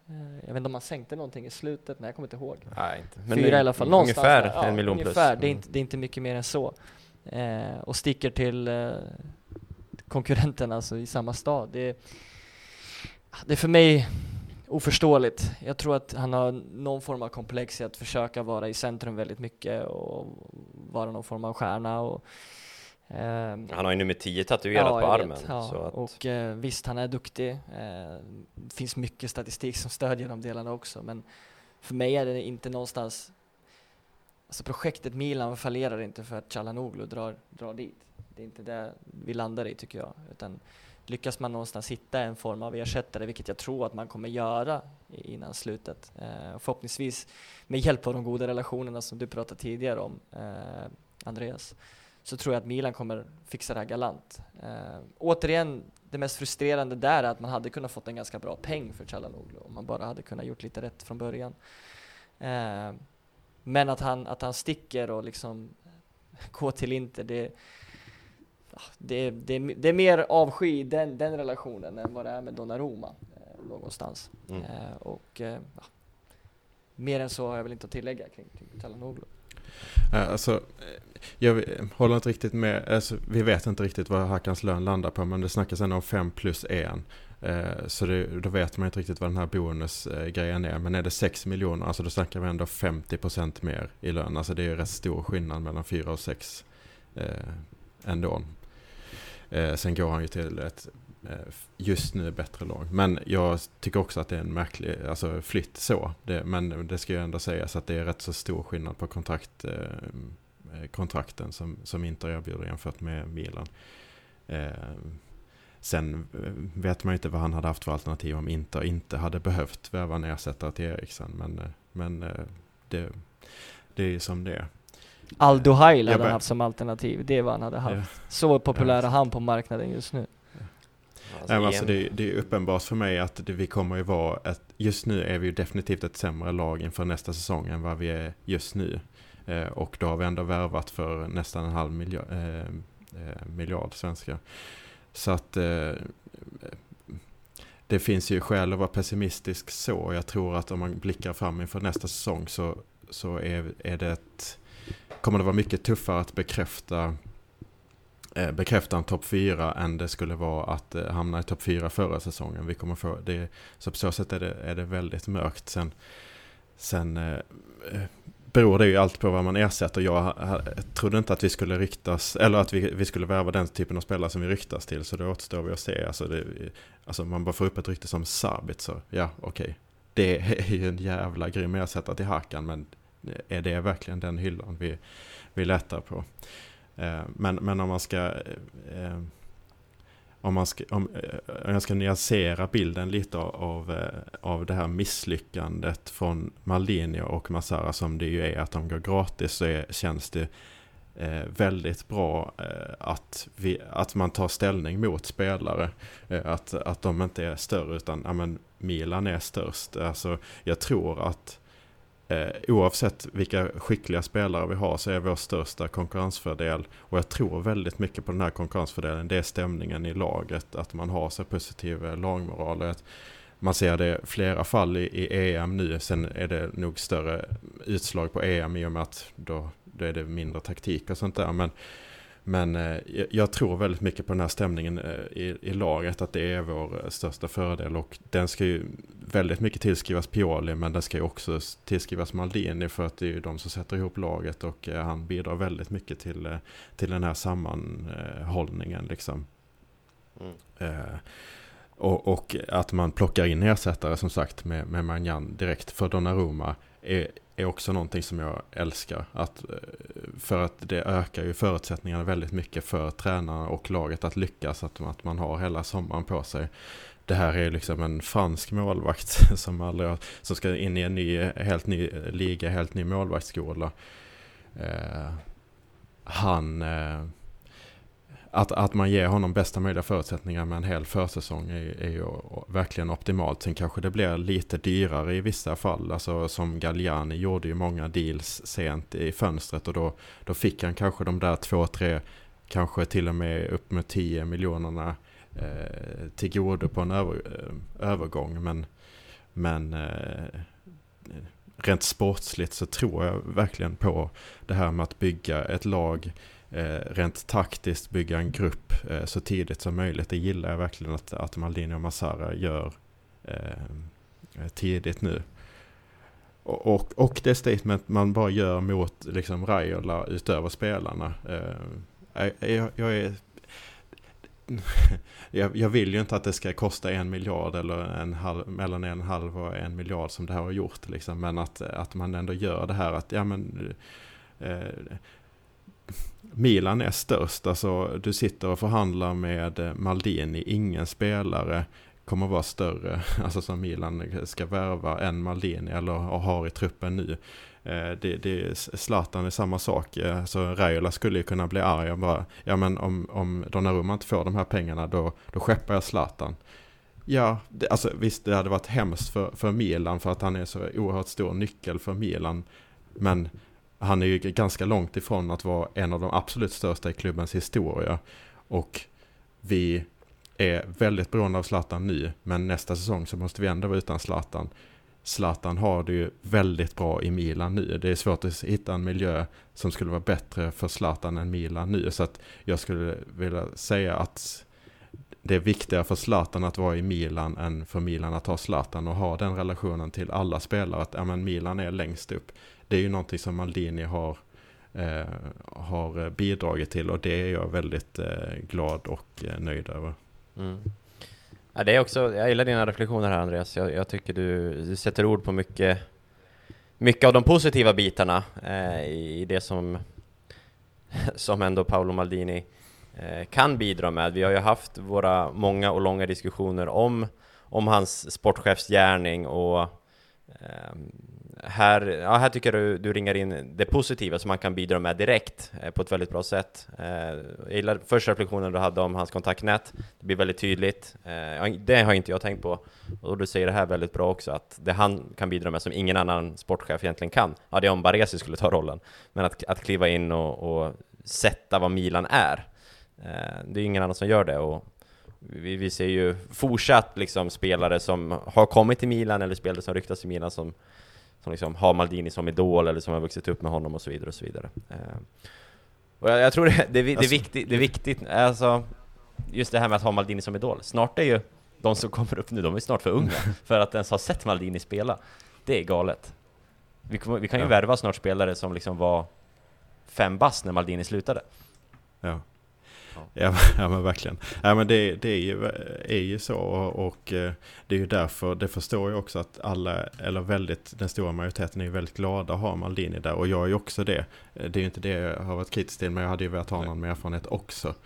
Speaker 3: Jag vet inte om man sänkte någonting i slutet, nej jag kommer inte ihåg.
Speaker 1: Nej, inte. Men
Speaker 3: Fyra i alla fall, någonstans
Speaker 1: ungefär
Speaker 3: där. Ja,
Speaker 1: en miljon plus.
Speaker 3: ungefär. Det, är
Speaker 1: Mm.
Speaker 3: inte, det är inte mycket mer än så. Eh, och sticker till eh, konkurrenterna alltså, i samma stad. Det, det är för mig oförståeligt. Jag tror att han har någon form av komplex i att försöka vara i centrum väldigt mycket och vara någon form av stjärna. Och, eh,
Speaker 1: han har ju nummer tio tatuerat
Speaker 3: ja,
Speaker 1: på
Speaker 3: jag
Speaker 1: armen.
Speaker 3: vet, ja.
Speaker 1: Så att...
Speaker 3: Och eh, visst, han är duktig. Eh, finns mycket statistik som stödjer de delarna också. Men för mig är det inte någonstans... Alltså projektet Milan fallerar inte för att Çalhanoğlu drar, drar dit. Det är inte det vi landar i tycker jag. Utan lyckas man någonstans hitta en form av ersättare, vilket jag tror att man kommer göra innan slutet. Eh, förhoppningsvis med hjälp av de goda relationerna som du pratade tidigare om, eh, Andreas. Så tror jag att Milan kommer fixa det här galant. Eh, återigen, det mest frustrerande där är att man hade kunnat fått en ganska bra peng för Çalhanoğlu om man bara hade kunnat gjort lite rätt från början. Eh, men att han, att han sticker och liksom går till Inter, det, det, det, det är mer avsky i den, den relationen än vad det är med Donnarumma eh, någonstans.
Speaker 1: Mm.
Speaker 3: Eh, och eh, ja, mer än så har jag väl inte att tillägga kring, kring Çalhanoğlu.
Speaker 2: Alltså, jag håller inte riktigt med. Alltså, vi vet inte riktigt vad Hakans lön landar på, men det snackas ändå om fem plus en. Eh, så det, då vet man inte riktigt vad den här bonusgrejen är. Men är det sex miljoner, alltså då snackar vi ändå femtio procent mer i lön. Alltså det är ju rätt stor skillnad mellan fyra och sex eh, ändå. Eh, sen går han ju till ett just nu bättre lag. Men jag tycker också att det är en märklig alltså flytt så. Det, men det ska ju ändå sägas att det är rätt så stor skillnad på kontrakt, eh, kontrakten som, som Inter erbjuder jämfört med Milan. Eh, sen vet man ju inte vad han hade haft för alternativ om Inter inte hade behövt värva en ersättare till Eriksen. Men, men det, det är ju som det är.
Speaker 3: Aldo Heil hade
Speaker 2: bara,
Speaker 3: han haft som alternativ. Det var han hade haft.
Speaker 2: Ja.
Speaker 3: Så populär är
Speaker 2: Ja.
Speaker 3: han på marknaden just nu.
Speaker 1: Alltså,
Speaker 2: Nej, alltså det, det är uppenbart för mig att det, vi kommer ju vara ett, just nu är vi ju definitivt ett sämre lag inför nästa säsong än vad vi är just nu. Eh, och då har vi ändå värvat för nästan en halv miljard, eh, eh, miljard svenska. Så att eh, det finns ju skäl att vara pessimistisk så. Jag tror att om man blickar fram inför nästa säsong så, så är, är det ett, kommer det vara mycket tuffare att bekräfta bekräfta en topp fyra än det skulle vara att eh, hamna i topp fyra förra säsongen. Vi kommer få det, så på så sätt är det, är det väldigt mörkt. Sen, sen eh, beror det ju allt på vad man ersätter. Jag, jag trodde inte att vi skulle ryktas, eller att vi, vi skulle värva den typen av spelare som vi ryktas till, så det återstår vi att se. Alltså, det, alltså man bara får upp ett rykte som Sabitzer, ja okej. Okay. Det är ju en jävla grym ersättare till Hakan, men är det verkligen den hyllan vi, vi letar på? Men, men om man ska eh, om man ska om, om jag ska nyansera bilden lite av, av det här misslyckandet från Maldini och Massara som det ju är att de går gratis, så är, känns det eh, väldigt bra eh, att, vi, att man tar ställning mot spelare, eh, att, att de inte är större utan ja, men Milan är störst. Alltså, jag tror att Eh, oavsett vilka skickliga spelare vi har så är vår största konkurrensfördel, och jag tror väldigt mycket på den här konkurrensfördelen, det är stämningen i laget, att man har så positiv lagmoral. Att man ser det flera fall i, i E M nu, sen är det nog större utslag på E M i och med att då, då är det mindre taktik och sånt där, men Men eh, jag tror väldigt mycket på den här stämningen eh, i, i laget, att det är vår eh, största fördel, och den ska ju väldigt mycket tillskrivas Pioli, men den ska ju också tillskrivas Maldini, för att det är ju de som sätter ihop laget, och eh, han bidrar väldigt mycket till, eh, till den här sammanhållningen liksom. Mm. Eh, och, och att man plockar in ersättare som sagt med, med Magnan direkt för Donnarumma är är också någonting som jag älskar, att, för att det ökar ju förutsättningarna väldigt mycket för tränarna och laget att lyckas, att, att man har hela sommaren på sig. Det här är liksom en fransk målvakt som, aldrig har, som ska in i en ny, helt ny liga, helt ny målvaktsskola. Eh, han eh, Att, att man ger honom bästa möjliga förutsättningar med en hel försäsong är, är ju verkligen optimalt. Sen kanske det blir lite dyrare i vissa fall. Alltså som Galliani gjorde ju många deals sent i fönstret, och då, då fick han kanske de där två, tre, kanske till och med upp med tio miljonerna eh, till godo på en över, eh, övergång. Men, men eh, rent sportsligt så tror jag verkligen på det här med att bygga ett lag, eh, rent taktiskt bygga en grupp eh, så tidigt som möjligt. Det gillar jag verkligen att, att Maldini och Massara gör eh, tidigt nu. Och, och, och det statement man bara gör mot liksom Raiola utöver spelarna. Eh, jag, jag är Jag, jag vill ju inte att det ska kosta en miljard eller en halv, mellan en halv och en miljard som det här har gjort liksom. Men att, att man ändå gör det här att ja men eh, Milan är störst, alltså du sitter och förhandlar med Maldini, ingen spelare kommer vara större, alltså som Milan ska värva än Maldini eller har i truppen nu. Det, det, Zlatan är samma sak. Så Raiola skulle ju kunna bli arg och bara, ja men om, om Donnarumma inte får de här pengarna då, då skeppar jag Zlatan. Ja, det, alltså visst det hade varit hemskt för, för Milan för att han är så oerhört stor nyckel för Milan, men han är ju ganska långt ifrån att vara en av de absolut största i klubbens historia, och vi är väldigt beroende av Zlatan nu, men nästa säsong så måste vi ändå vara utan Zlatan. Zlatan har det ju väldigt bra i Milan nu. Det är svårt att hitta en miljö som skulle vara bättre för Zlatan än Milan nu. Så att jag skulle vilja säga att det är viktigare för Zlatan att vara i Milan än för Milan att ha Zlatan och ha den relationen till alla spelare. Att ja, men Milan är längst upp. Det är ju någonting som Maldini har, eh, har bidragit till, och det är jag väldigt eh, glad och eh, nöjd över. Mm.
Speaker 1: Ja, det är också, jag gillar dina reflektioner här, Andreas. Jag, jag tycker du, du sätter ord på mycket, mycket av de positiva bitarna eh, i det som, som ändå Paolo Maldini eh, kan bidra med. Vi har ju haft våra många och långa diskussioner om, om hans sportchefsgärning, och eh, här, ja, här tycker du du ringar in det positiva som man kan bidra med direkt eh, på ett väldigt bra sätt. Eh, jag gillar första reflektionen du hade om hans kontaktnät. Det blir väldigt tydligt. Eh, det har inte jag tänkt på. Och du säger det här väldigt bra också, att det han kan bidra med som ingen annan sportchef egentligen kan. Ja, det är om Baresi skulle ta rollen. Men att, att kliva in och, och sätta vad Milan är. Eh, det är ingen annan som gör det, och vi, vi ser ju fortsatt liksom spelare som har kommit till Milan eller spelare som ryktas till Milan som som liksom har Maldini som idol eller som har vuxit upp med honom och så vidare och så vidare. Uh, och jag, jag tror det, det, det, alltså, är viktigt, det är viktigt, alltså just det här med att ha Maldini som idol. Snart är ju de som kommer upp nu, de är snart för unga för att ens ha sett Maldini spela. Det är galet. Vi, vi kan ju ja. värva snart spelare som liksom var fem bass när Maldini slutade.
Speaker 2: Ja. Ja, ja men verkligen. Ja, men det, det är, ju, är ju så, och, och det är ju därför, det förstår jag också att alla, eller väldigt, den stora majoriteten är ju väldigt glada att ha Maldini där, och jag är ju också det. Det är ju inte det jag har varit kritisk till, men jag hade ju velat ha någon med erfarenhet också.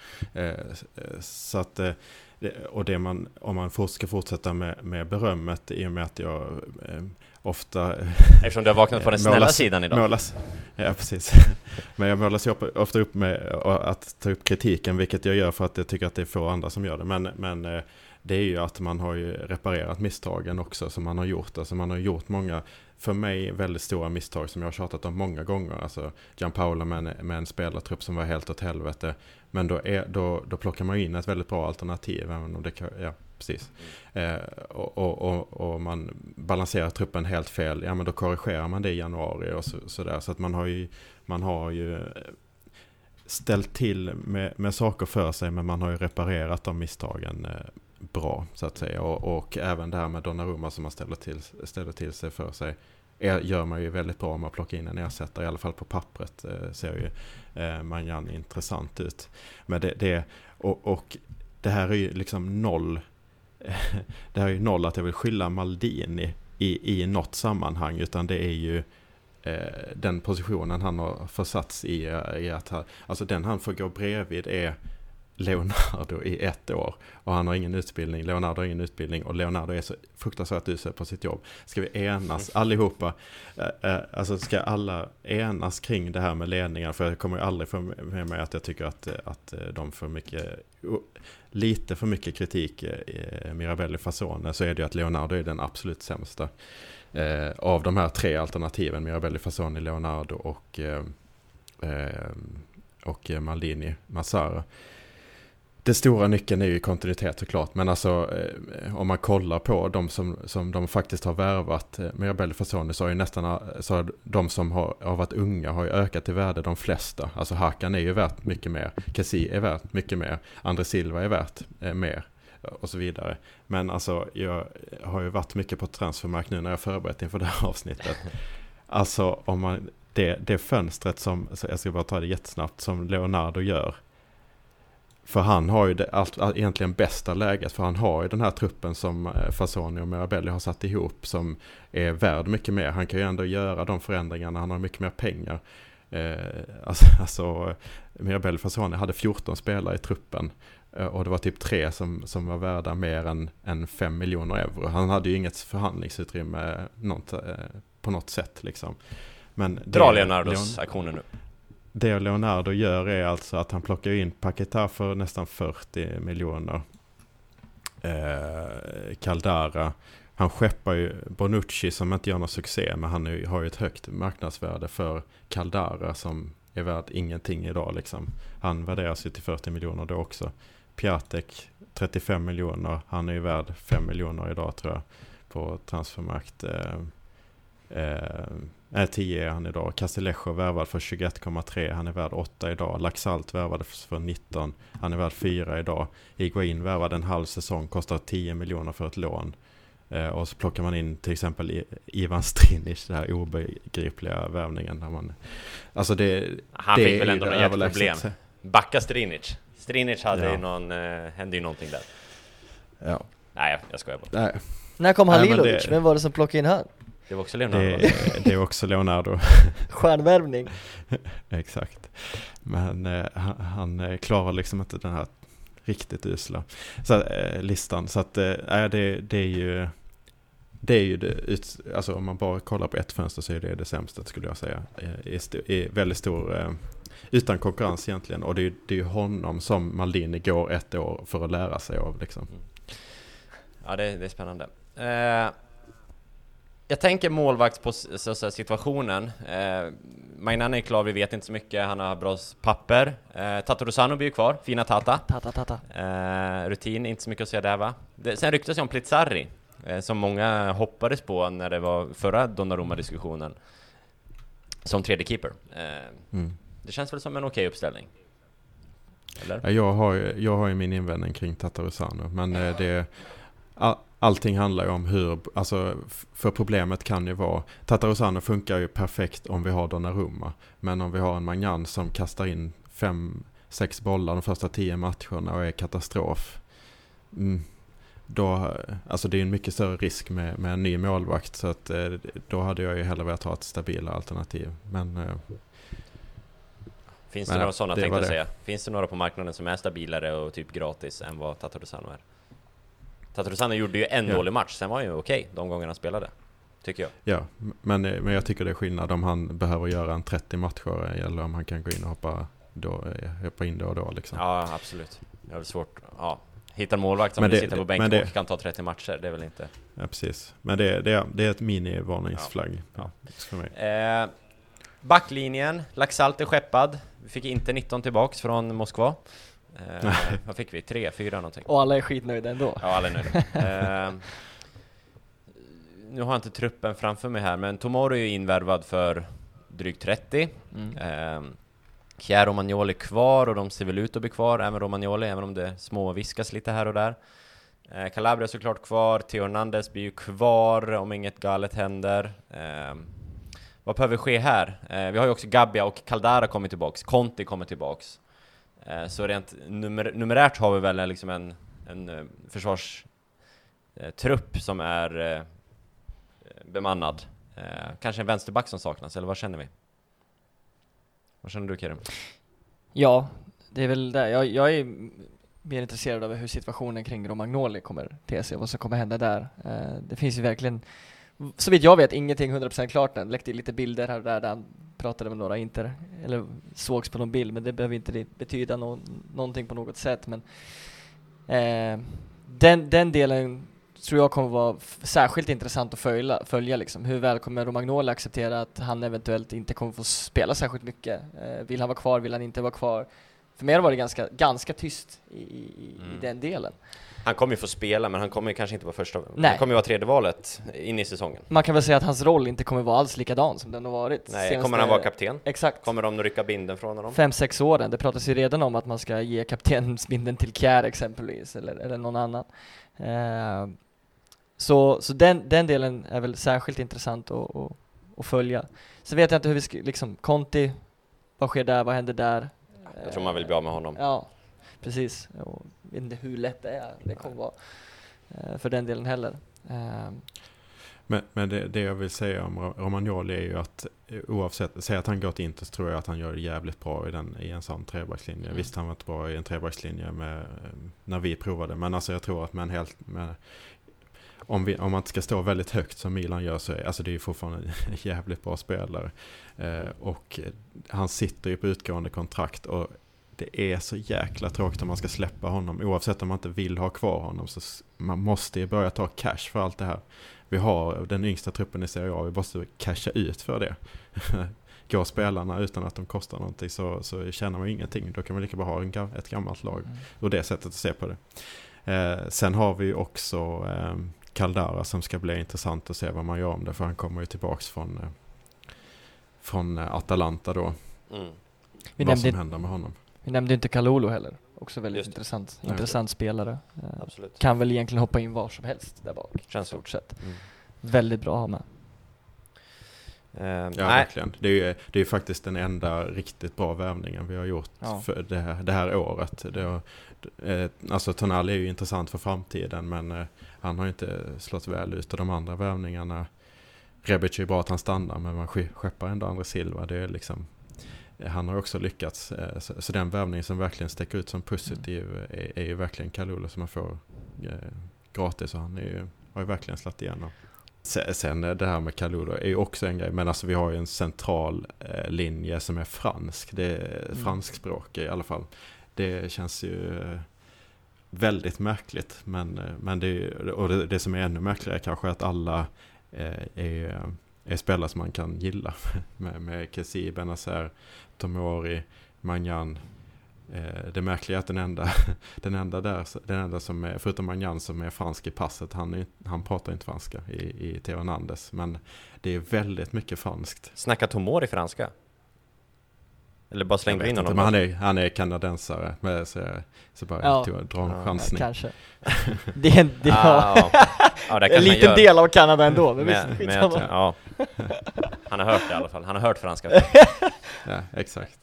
Speaker 2: Så att, och det man, om man ska fortsätta med, med berömmet, i och med att jag ofta...
Speaker 1: Eftersom du har vaknat på den snälla målas, sidan idag.
Speaker 2: Målas, ja, precis. Men jag målas ofta upp med att ta upp kritiken, vilket jag gör för att jag tycker att det är få andra som gör det. Men, men det är ju att man har ju reparerat misstagen också som man har gjort. Alltså man har gjort många, för mig, väldigt stora misstag som jag har tjatat om många gånger. Alltså Gianpaolo med en, med en spelartrupp som var helt åt helvete. Men då, är, då, då plockar man in ett väldigt bra alternativ. Även om det kan, ja, precis. Eh, och, och, och, och man balanserar truppen helt fel. Ja, men då korrigerar man det i januari och så, så där. Så att man har ju, man har ju ställt till med, med saker för sig, men man har ju reparerat de misstagen eh, bra, så att säga. Och, och även det här med Donnarumma som man ställer till, ställer till sig för sig är, gör man ju väldigt bra om man plockar in en ersättare, i alla fall på pappret eh, ser ju eh, Manjan intressant ut. Men det, det och, och det här är ju liksom noll det här är ju noll att jag vill skylla Maldini i, i något sammanhang, utan det är ju eh, den positionen han har försatts i, i att han, alltså den han får gå bredvid är Leonardo i ett år, och han har ingen utbildning, Leonardo har ingen utbildning, och Leonardo är så fruktansvärt usel på sitt jobb. Ska vi enas allihopa, eh, eh, alltså ska alla enas kring det här med ledningar, för jag kommer ju aldrig få med mig att jag tycker att, att de får mycket, lite för mycket kritik i Mirabelli Fasone, så är det ju att Leonardo är den absolut sämsta eh, av de här tre alternativen, Mirabelli Fasone, Leonardo och eh, och Maldini Massara. det stora nyckeln är ju kontinuitet såklart, men alltså eh, om man kollar på de som, som de faktiskt har värvat eh, Mirabelli Fasoni, så har ju nästan så har de som har, har varit unga har ju ökat i värde de flesta. Alltså Hakan är ju värt mycket mer, Kessie är värt mycket mer, André Silva är värt eh, mer och så vidare. Men alltså jag har ju varit mycket på transfermark nu när jag förberett inför det här avsnittet. Alltså om man det, det fönstret som, så jag ska bara ta det jättesnabbt, som Leonardo gör. För han har ju det allt, egentligen bästa läget, för han har ju den här truppen som Fasoni och Mirabelli har satt ihop som är värd mycket mer. Han kan ju ändå göra de förändringarna, han har mycket mer pengar. Eh, alltså, alltså Mirabelli Fasoni hade fjorton spelare i truppen eh, och det var typ tre som, som var värda mer än, än fem miljoner euro. Han hade ju inget förhandlingsutrymme något, eh, på något sätt liksom. Men
Speaker 1: Dra Leonardos Leon- aktioner nu.
Speaker 2: Det Leonardo gör är alltså att han plockar in Paquetá för nästan fyrtio miljoner. Eh, Caldara. Han skeppar ju Bonucci som inte gör någon succé, men han är, har ju ett högt marknadsvärde för Caldara som är värd ingenting idag liksom. Han värderas ju till fyrtio miljoner då också. Piatek trettiofem miljoner. Han är ju värd fem miljoner idag tror jag på transfermarkt. Eh, Eh, tio är han idag. Castillejo värvad för tjugoett komma tre. Han är värd åtta idag. Laxalt värvad för nitton. Han är värd fyra idag. Higuain värvad en halv säsong. Kostar tio miljoner för ett lån. Eh, och så plockar man in till exempel I- Ivan Strinic. Den här obegripliga värvningen. Där man, alltså det,
Speaker 1: han
Speaker 2: det
Speaker 1: fick väl ändå något hjärtproblem.
Speaker 2: överlägset.
Speaker 1: Backa Strinic. Strinic hade
Speaker 2: Ja.
Speaker 1: ju någon, eh, hände ju någonting där.
Speaker 2: Ja.
Speaker 1: Nej, jag skojar bara.
Speaker 2: Nej.
Speaker 3: När kom
Speaker 2: Nej, men
Speaker 3: Halilovic?
Speaker 2: det-
Speaker 3: Vem var det som plockade in han?
Speaker 1: Det var också Leonardo.
Speaker 2: Det, det är också Leonardo.
Speaker 3: Stjärnvärvning.
Speaker 2: Exakt. Men eh, han, han eh, klarar liksom inte den här riktigt usla så, eh, listan. Så att eh, det, det är ju det är ju det, ut, alltså om man bara kollar på ett fönster så är det det sämsta skulle jag säga. Eh, är, st- är väldigt stor eh, utan konkurrens egentligen. Och det är, det är ju honom som Maldini går ett år för att lära sig av liksom.
Speaker 1: Mm. Ja, det, det är spännande. Eh, jag tänker målvakt på så, så, situationen. Eh, Magnani är klar, vi vet inte så mycket. Han har bra papper. Eh, Tato Rosano blir ju kvar. Fina Tata.
Speaker 3: Tata, tata.
Speaker 1: Eh, rutin, inte så mycket att säga där va. Det, sen ryktas det om Plizzarri. Eh, som många hoppades på när det var förra Donnarumma-diskussionen. Som tredje keeper. Eh,
Speaker 2: Mm.
Speaker 1: det känns väl som en okej uppställning. Eller?
Speaker 2: Ja, jag har ju, jag har ju min invändning kring Tatarusano, men eh, det all, allting handlar ju om hur, alltså f- för problemet kan ju vara, Tatarusano funkar ju perfekt om vi har Donnarumma, men om vi har en Magnan som kastar in fem, sex bollar de första tio matcherna och är katastrof, mm, då, alltså det är en mycket större risk med, med en ny målvakt, så att eh, då hade jag ju hellre velat ha ett stabilare alternativ, men eh,
Speaker 1: Finns
Speaker 2: Men
Speaker 1: det
Speaker 2: ja,
Speaker 1: några sådana
Speaker 2: det
Speaker 1: tänkte
Speaker 2: var
Speaker 1: jag
Speaker 2: det.
Speaker 1: säga? Finns det några på marknaden som är stabilare och typ gratis än vad Tatarusano är? Tatarusano gjorde ju en
Speaker 2: Ja.
Speaker 1: dålig match, sen var ju okej de gångerna han spelade, tycker jag.
Speaker 2: ja, men, men jag tycker det är skillnad om han behöver göra en trettio matcher eller om han kan gå in och hoppa, då, hoppa in då och då liksom.
Speaker 1: Ja, absolut. Det är väl svårt. Ja. Hitta en målvakt som
Speaker 2: Men
Speaker 1: vill
Speaker 2: det-
Speaker 1: sitta på
Speaker 2: det-
Speaker 1: bänken
Speaker 2: men det-
Speaker 1: och kan ta trettio matcher, det är väl inte...
Speaker 2: Ja, precis. Men det, det, är, det är ett mini-varningsflagg
Speaker 1: Ja.
Speaker 2: för mig.
Speaker 1: Eh, backlinjen, Laxalt är skeppad. Vi fick inte nitton tillbaks från Moskva. Eh, vad fick vi? Tre, fyra någonting.
Speaker 3: Och alla är skitnöjda ändå.
Speaker 1: Ja, alla är nöjda. Eh, nu har jag inte truppen framför mig här, men Tomoro är ju invärvad för drygt trettio.
Speaker 3: Mm.
Speaker 1: Eh, Chiara Romagnoli kvar och de ser väl ut att bli kvar, även Romagnoli, även om det småviskas lite här och där. Eh, Calabria är såklart kvar, Theo Hernandez blir ju kvar om inget galet händer. Eh, vad behöver ske här? Eh, vi har ju också Gabbia och Caldara kommer tillbaks, Conti kommer tillbaks. Eh, så rent numer- numerärt har vi väl liksom en, en eh, försvarstrupp eh, som är eh, bemannad. Eh, kanske en vänsterback som saknas, eller vad känner vi? Vad känner du, Kerim?
Speaker 3: Ja, det är väl det. Jag, jag är mer intresserad av hur situationen kring Romagnoli kommer te sig, vad som kommer hända där. Eh, det finns ju verkligen, så vitt jag vet, ingenting hundra procent klart än. Läckte lite bilder här och där, där han pratade med några Inter, eller sågs på någon bild, men det behöver inte betyda no- någonting på något sätt. Men eh, den, den delen tror jag kommer vara f- särskilt intressant att följa, följa liksom. Hur väl kommer Romagnoli acceptera att han eventuellt inte kommer få spela särskilt mycket? Eh, vill han vara kvar, vill han inte vara kvar? för mig var det ganska, ganska tyst i, i, mm. i den delen.
Speaker 1: Han kommer ju få spela, men han kommer kanske inte vara första.
Speaker 3: Nej.
Speaker 1: Han kommer ju vara tredje valet in i säsongen.
Speaker 3: Man kan väl säga att hans roll inte kommer vara alls likadan som den har varit.
Speaker 1: Nej, senaste... kommer han vara kapten?
Speaker 3: Exakt.
Speaker 1: Kommer de att rycka binden från honom?
Speaker 3: Fem, sex åren. Det pratas ju redan om att man ska ge kaptensbinden till Kjær exempelvis, eller, eller någon annan. Eh, så så den, den delen är väl särskilt intressant att, att, att följa. Så vet jag inte hur vi ska, liksom, Conti, vad sker där, vad händer där?
Speaker 1: Jag tror man vill bli av med honom.
Speaker 3: Ja, precis. Och jag vet inte hur lätt det är. Det kommer vara eh, för den delen heller. Eh.
Speaker 2: Men, men det, det jag vill säga om Romagnoli är ju att oavsett, säg att han går till Inter, så tror jag att han gör det jävligt bra i, den, i en sån trebackslinje. Mm. Visst, han var inte bra i en trebackslinje med, när vi provade, men alltså jag tror att med en helt med, om, vi, om man inte ska stå väldigt högt som Milan gör, så är alltså det är ju fortfarande en jävligt bra spelare. Eh, och han sitter ju på utgående kontrakt, och det är så jäkla tråkigt om man ska släppa honom, oavsett om man inte vill ha kvar honom. Så man måste ju börja ta cash för allt det här. Vi har den yngsta truppen i Serie A, vi måste casha ut för det. Går spelarna utan att de kostar någonting, så, så tjänar man ingenting. Då kan man lika bra ha en, ett gammalt lag. Mm. Och det sättet att se på det. Eh, sen har vi också eh, Caldara, som ska bli intressant att se vad man gör om det. För han kommer ju tillbaks från, eh, från Atalanta då. Mm.
Speaker 3: Vi
Speaker 2: vad som
Speaker 3: nämnde,
Speaker 2: händer med honom.
Speaker 3: Vi nämnde inte Kalulu heller. Också väldigt intressant, intressant spelare. Eh,
Speaker 1: Absolut.
Speaker 3: Kan väl egentligen hoppa in var som helst där bak.
Speaker 1: Känns
Speaker 3: stort sett.
Speaker 1: Mm.
Speaker 3: Väldigt bra att ha med.
Speaker 2: Uh, ja, nej. Verkligen. Det är ju det är faktiskt den enda riktigt bra värvningen vi har gjort ja. för det här, det här året. Det har, eh, alltså Tonali är ju intressant för framtiden, men eh, han har inte slått väl ut, och de andra värvningarna, Rebic är bra att han stannar, men man skeppar ändå André Silva. Det är liksom, han har också lyckats. Eh, så, så den värvningen som verkligen sticker ut som positiv mm. är, är ju verkligen Kalulu, som man får eh, gratis, och han är ju, har ju verkligen slått igenom. Sen det här med Kalulu är ju också en grej, men alltså vi har ju en central eh, linje som är fransk. Det är mm. franskspråk i alla fall. Det känns ju eh, väldigt märkligt, men, eh, men det, och det, det som är ännu märkligare kanske är att alla eh, är, är spelare som man kan gilla. med, med Kessie, Benazer, Tomori, Magnan. Eh, det märkliga är att den enda, den enda där, den enda som är, förutom Magnan, som är fransk i passet, han, är, han pratar inte franska i, i Theo Hernandez, men det är väldigt mycket franskt.
Speaker 1: Snackar Tomori franska? Eller bara slängde in honom?
Speaker 2: Men han är, han är kanadensare, men så, så bara ja. tog, dra en ja, chansning.
Speaker 3: Kanske. det är en, det ah,
Speaker 1: ja. Ja, det
Speaker 3: en liten del av Kanada ändå. Men
Speaker 1: med,
Speaker 3: visst,
Speaker 1: med, ja. Han har hört det i alla fall. Han har hört franska.
Speaker 2: Ja, exakt.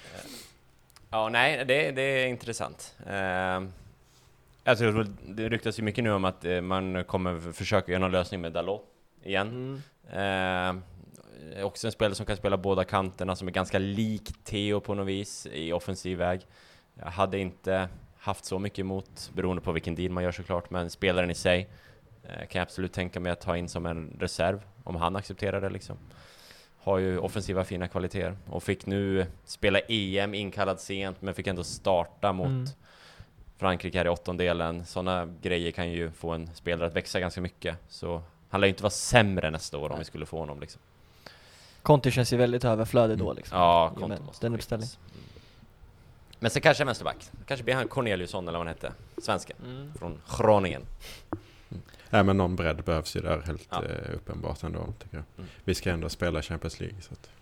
Speaker 1: Ja, nej, det, det är intressant. Uh, jag tror det ryktas ju mycket nu om att uh, man kommer försöka göra någon lösning med Dalot igen. Mm. Uh, också en spelare som kan spela båda kanterna, som är ganska lik Theo på något vis i offensiv väg. Jag hade inte haft så mycket emot, beroende på vilken deal man gör såklart, men spelaren i sig uh, kan jag absolut tänka mig att ta in som en reserv, om han accepterar det liksom. Har ju offensiva fina kvaliteter och fick nu spela E M inkallad sent, men fick ändå starta mot mm. Frankrike här i åttondelen. Sådana grejer kan ju få en spelare att växa ganska mycket, så han lär ju inte vara sämre nästa år om vi skulle få honom liksom.
Speaker 3: Conti känns ju väldigt överflödig då liksom.
Speaker 1: Ja, Conti måste
Speaker 3: den uppställning.
Speaker 1: Mm. Men så kanske vänsterback. Kanske blir han Corneliusson eller vad han hette. Svensken. Mm. Från Groningen.
Speaker 2: Mm. Nej, men någon bredd behövs ju där helt ja. eh, uppenbart ändå, tycker jag. Mm. Vi ska ändå spela Champions League. Så att.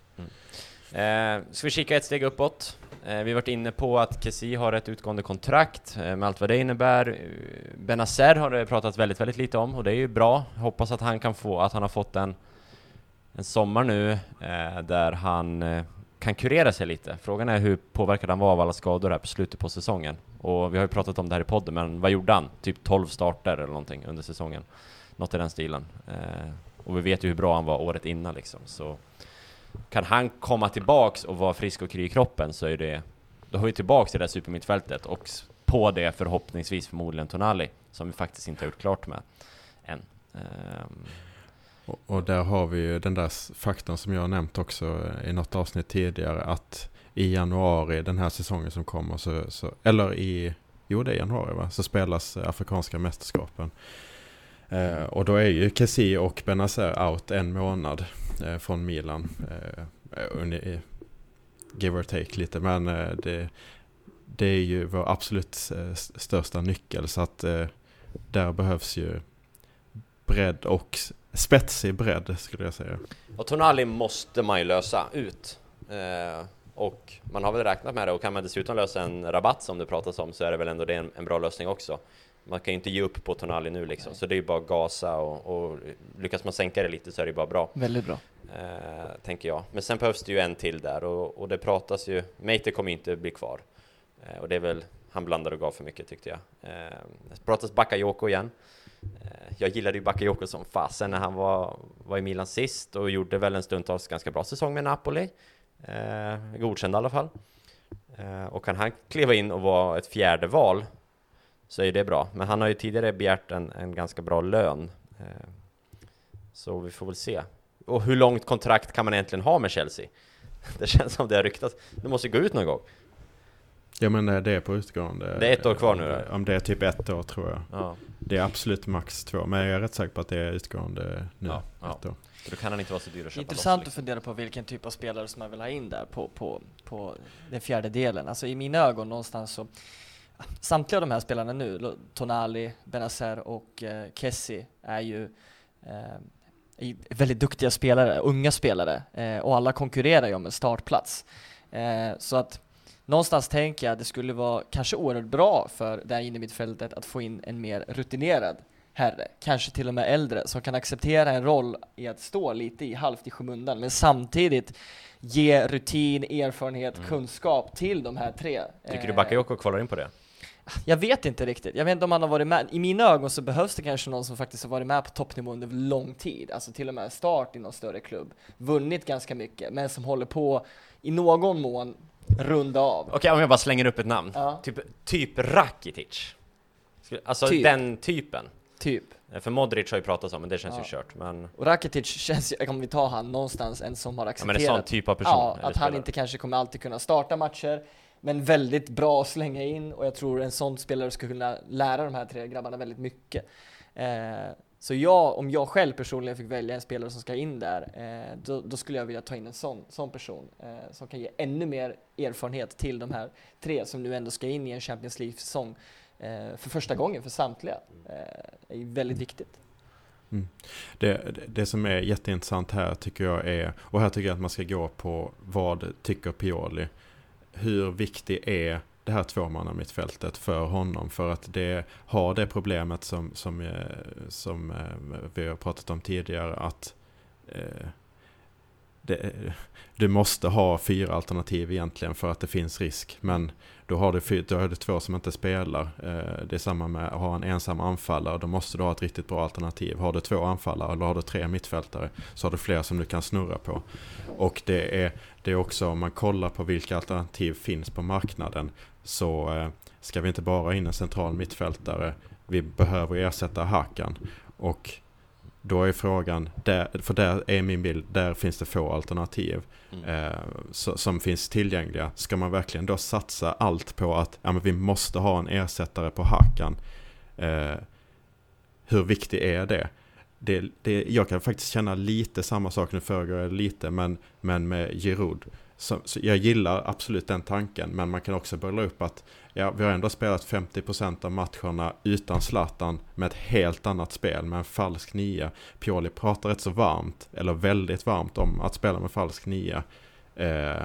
Speaker 1: Mm. Eh, ska vi kika ett steg uppåt? Eh, vi har varit inne på att Kessie har ett utgående kontrakt eh, med allt vad det innebär. Benazer har det pratat väldigt, väldigt lite om, och det är ju bra. Hoppas att han kan få, att han har fått en, en sommar nu eh, där han eh, kan kurera sig lite. Frågan är hur påverkad han var av alla skador här på slutet på säsongen. Och vi har ju pratat om det här i podden, men vad gjorde han? Typ tolv starter eller någonting under säsongen. Något i den stilen. Eh, och vi vet ju hur bra han var året innan liksom. Så kan han komma tillbaks och vara frisk och kry i kroppen, så är det, då har vi tillbaks till det där supermittfältet, och på det förhoppningsvis förmodligen Tonali, som vi faktiskt inte har gjort klart med än. Um.
Speaker 2: Och, och där har vi ju den där faktorn som jag har nämnt också i något avsnitt tidigare, att i januari den här säsongen som kommer, så, så, eller i, jo det är januari va, så spelas afrikanska mästerskapen. Eh, och då är ju Kessie och Benazer out en månad eh, från Milan. Eh, under, give or take lite, men eh, det, det är ju vår absolut största nyckel, så att eh, där behövs ju bredd och spetsig bredd, skulle jag säga.
Speaker 1: Och Tonali måste man ju lösa ut. Eh, och man har väl räknat med det, och kan man dessutom lösa en rabatt som det pratas om, så är det väl ändå det en, en bra lösning också. Man kan ju inte ge upp på Tonali nu liksom. Nej. Så det är ju bara gasa, och, och lyckas man sänka det lite så är det bara bra.
Speaker 3: Väldigt bra.
Speaker 1: Eh, tänker jag. Men sen behövs det ju en till där, och, och det pratas ju, Meite kommer inte bli kvar. Eh, och det är väl, han blandade och gav för mycket, tyckte jag. Eh, det pratas Bakayoko igen. Eh, jag gillade ju Bakayoko som fasen när han var, var i Milan sist, och gjorde väl en stundtals ganska bra säsong med Napoli. Eh, godkänd i alla fall. Eh, och kan han kliva in och vara ett fjärde val, så är det bra. Men han har ju tidigare begärt en, en ganska bra lön. Eh, så vi får väl se. Och hur långt kontrakt kan man egentligen ha med Chelsea? Det känns som det har ryktats. Det måste gå ut någon gång.
Speaker 2: Ja, men det är på utgående.
Speaker 1: Det är ett år kvar nu då?
Speaker 2: Om det är typ ett år, tror jag.
Speaker 1: Ja.
Speaker 2: Det är absolut max två. Men jag är rätt säker på att det är utgående nu.
Speaker 1: Ja, ja.
Speaker 2: Ett år.
Speaker 1: Så då kan han inte vara så dyr att köpa.
Speaker 3: Intressant
Speaker 1: loss, liksom.
Speaker 3: att fundera på vilken typ av spelare som man vill ha in där på, på, på den fjärde delen. Alltså i mina ögon någonstans så, samtliga av de här spelarna nu, Tonali, Benazer och eh, Kessie, är ju eh, är väldigt duktiga spelare, unga spelare, eh, och alla konkurrerar ju om en startplats. Eh, så att någonstans tänker jag att det skulle vara kanske oerhört bra för det här inne i mittfältet att få in en mer rutinerad herre, kanske till och med äldre, som kan acceptera en roll i att stå lite i halvt i skymundan, men samtidigt ge rutin, erfarenhet, mm. kunskap till de här tre.
Speaker 1: Tycker du Bakayoko kvalar in på det?
Speaker 3: Jag vet inte riktigt. Jag vet inte om han har varit med. I mina ögon så behövs det kanske någon som faktiskt har varit med på toppnivå under lång tid. Alltså till och med start i någon större klubb. Vunnit ganska mycket, men som håller på i någon mån runda av.
Speaker 1: Okej, okay, om jag bara slänger upp ett namn.
Speaker 3: Ja.
Speaker 1: Typ, typ Rakitic. Alltså typ. Den typen.
Speaker 3: Typ.
Speaker 1: För Modric har ju pratat om, men det känns
Speaker 3: ja.
Speaker 1: ju kört. Men...
Speaker 3: Och Rakitic känns ju, om vi tar han någonstans, en som har accepterat.
Speaker 1: Ja, men en sån typ av person.
Speaker 3: Ja, att han inte kanske kommer alltid kunna starta matcher, men väldigt bra att slänga in. Och jag tror en sån spelare skulle kunna lära de här tre grabbarna väldigt mycket. Eh, så jag, om jag själv personligen fick välja en spelare som ska in där, eh, då, då skulle jag vilja ta in en sån, sån person eh, som kan ge ännu mer erfarenhet till de här tre som nu ändå ska in i en Champions League-säsong eh, för första gången för samtliga. Eh, är väldigt viktigt.
Speaker 2: Mm. Det, det, det som är jätteintressant här tycker jag är, och här tycker jag att man ska gå på vad tycker Pioli. Hur viktig är det här tvåmannamittfältet för honom, för att det har det problemet som, som, som vi har pratat om tidigare, att eh, det, du måste ha fyra alternativ egentligen för att det finns risk, men då har du, fyr, då har du två som inte spelar. Eh, det är samma med att ha en ensam anfallare, då måste du ha ett riktigt bra alternativ. Har du två anfallare eller har du tre mittfältare så har du fler som du kan snurra på. Och det är, det är också, om man kollar på vilka alternativ finns på marknaden, så eh, ska vi inte bara in en central mittfältare, vi behöver ersätta Hakan. Och då är frågan, där, för där är min bild, där finns det få alternativ mm. eh, så, som finns tillgängliga. Ska man verkligen då satsa allt på att ja, men vi måste ha en ersättare på Hakan? Eh, hur viktigt är det? Det, det? Jag kan faktiskt känna lite samma sak, nu föregår jag lite, men, men med Giroud. Så, så jag gillar absolut den tanken, men man kan också bolla upp att ja, vi har ändå spelat femtio procent av matcherna utan Zlatan med ett helt annat spel, med en falsk nia. Pioli pratar rätt så varmt, eller väldigt varmt, om att spela med falsk nia. Eh,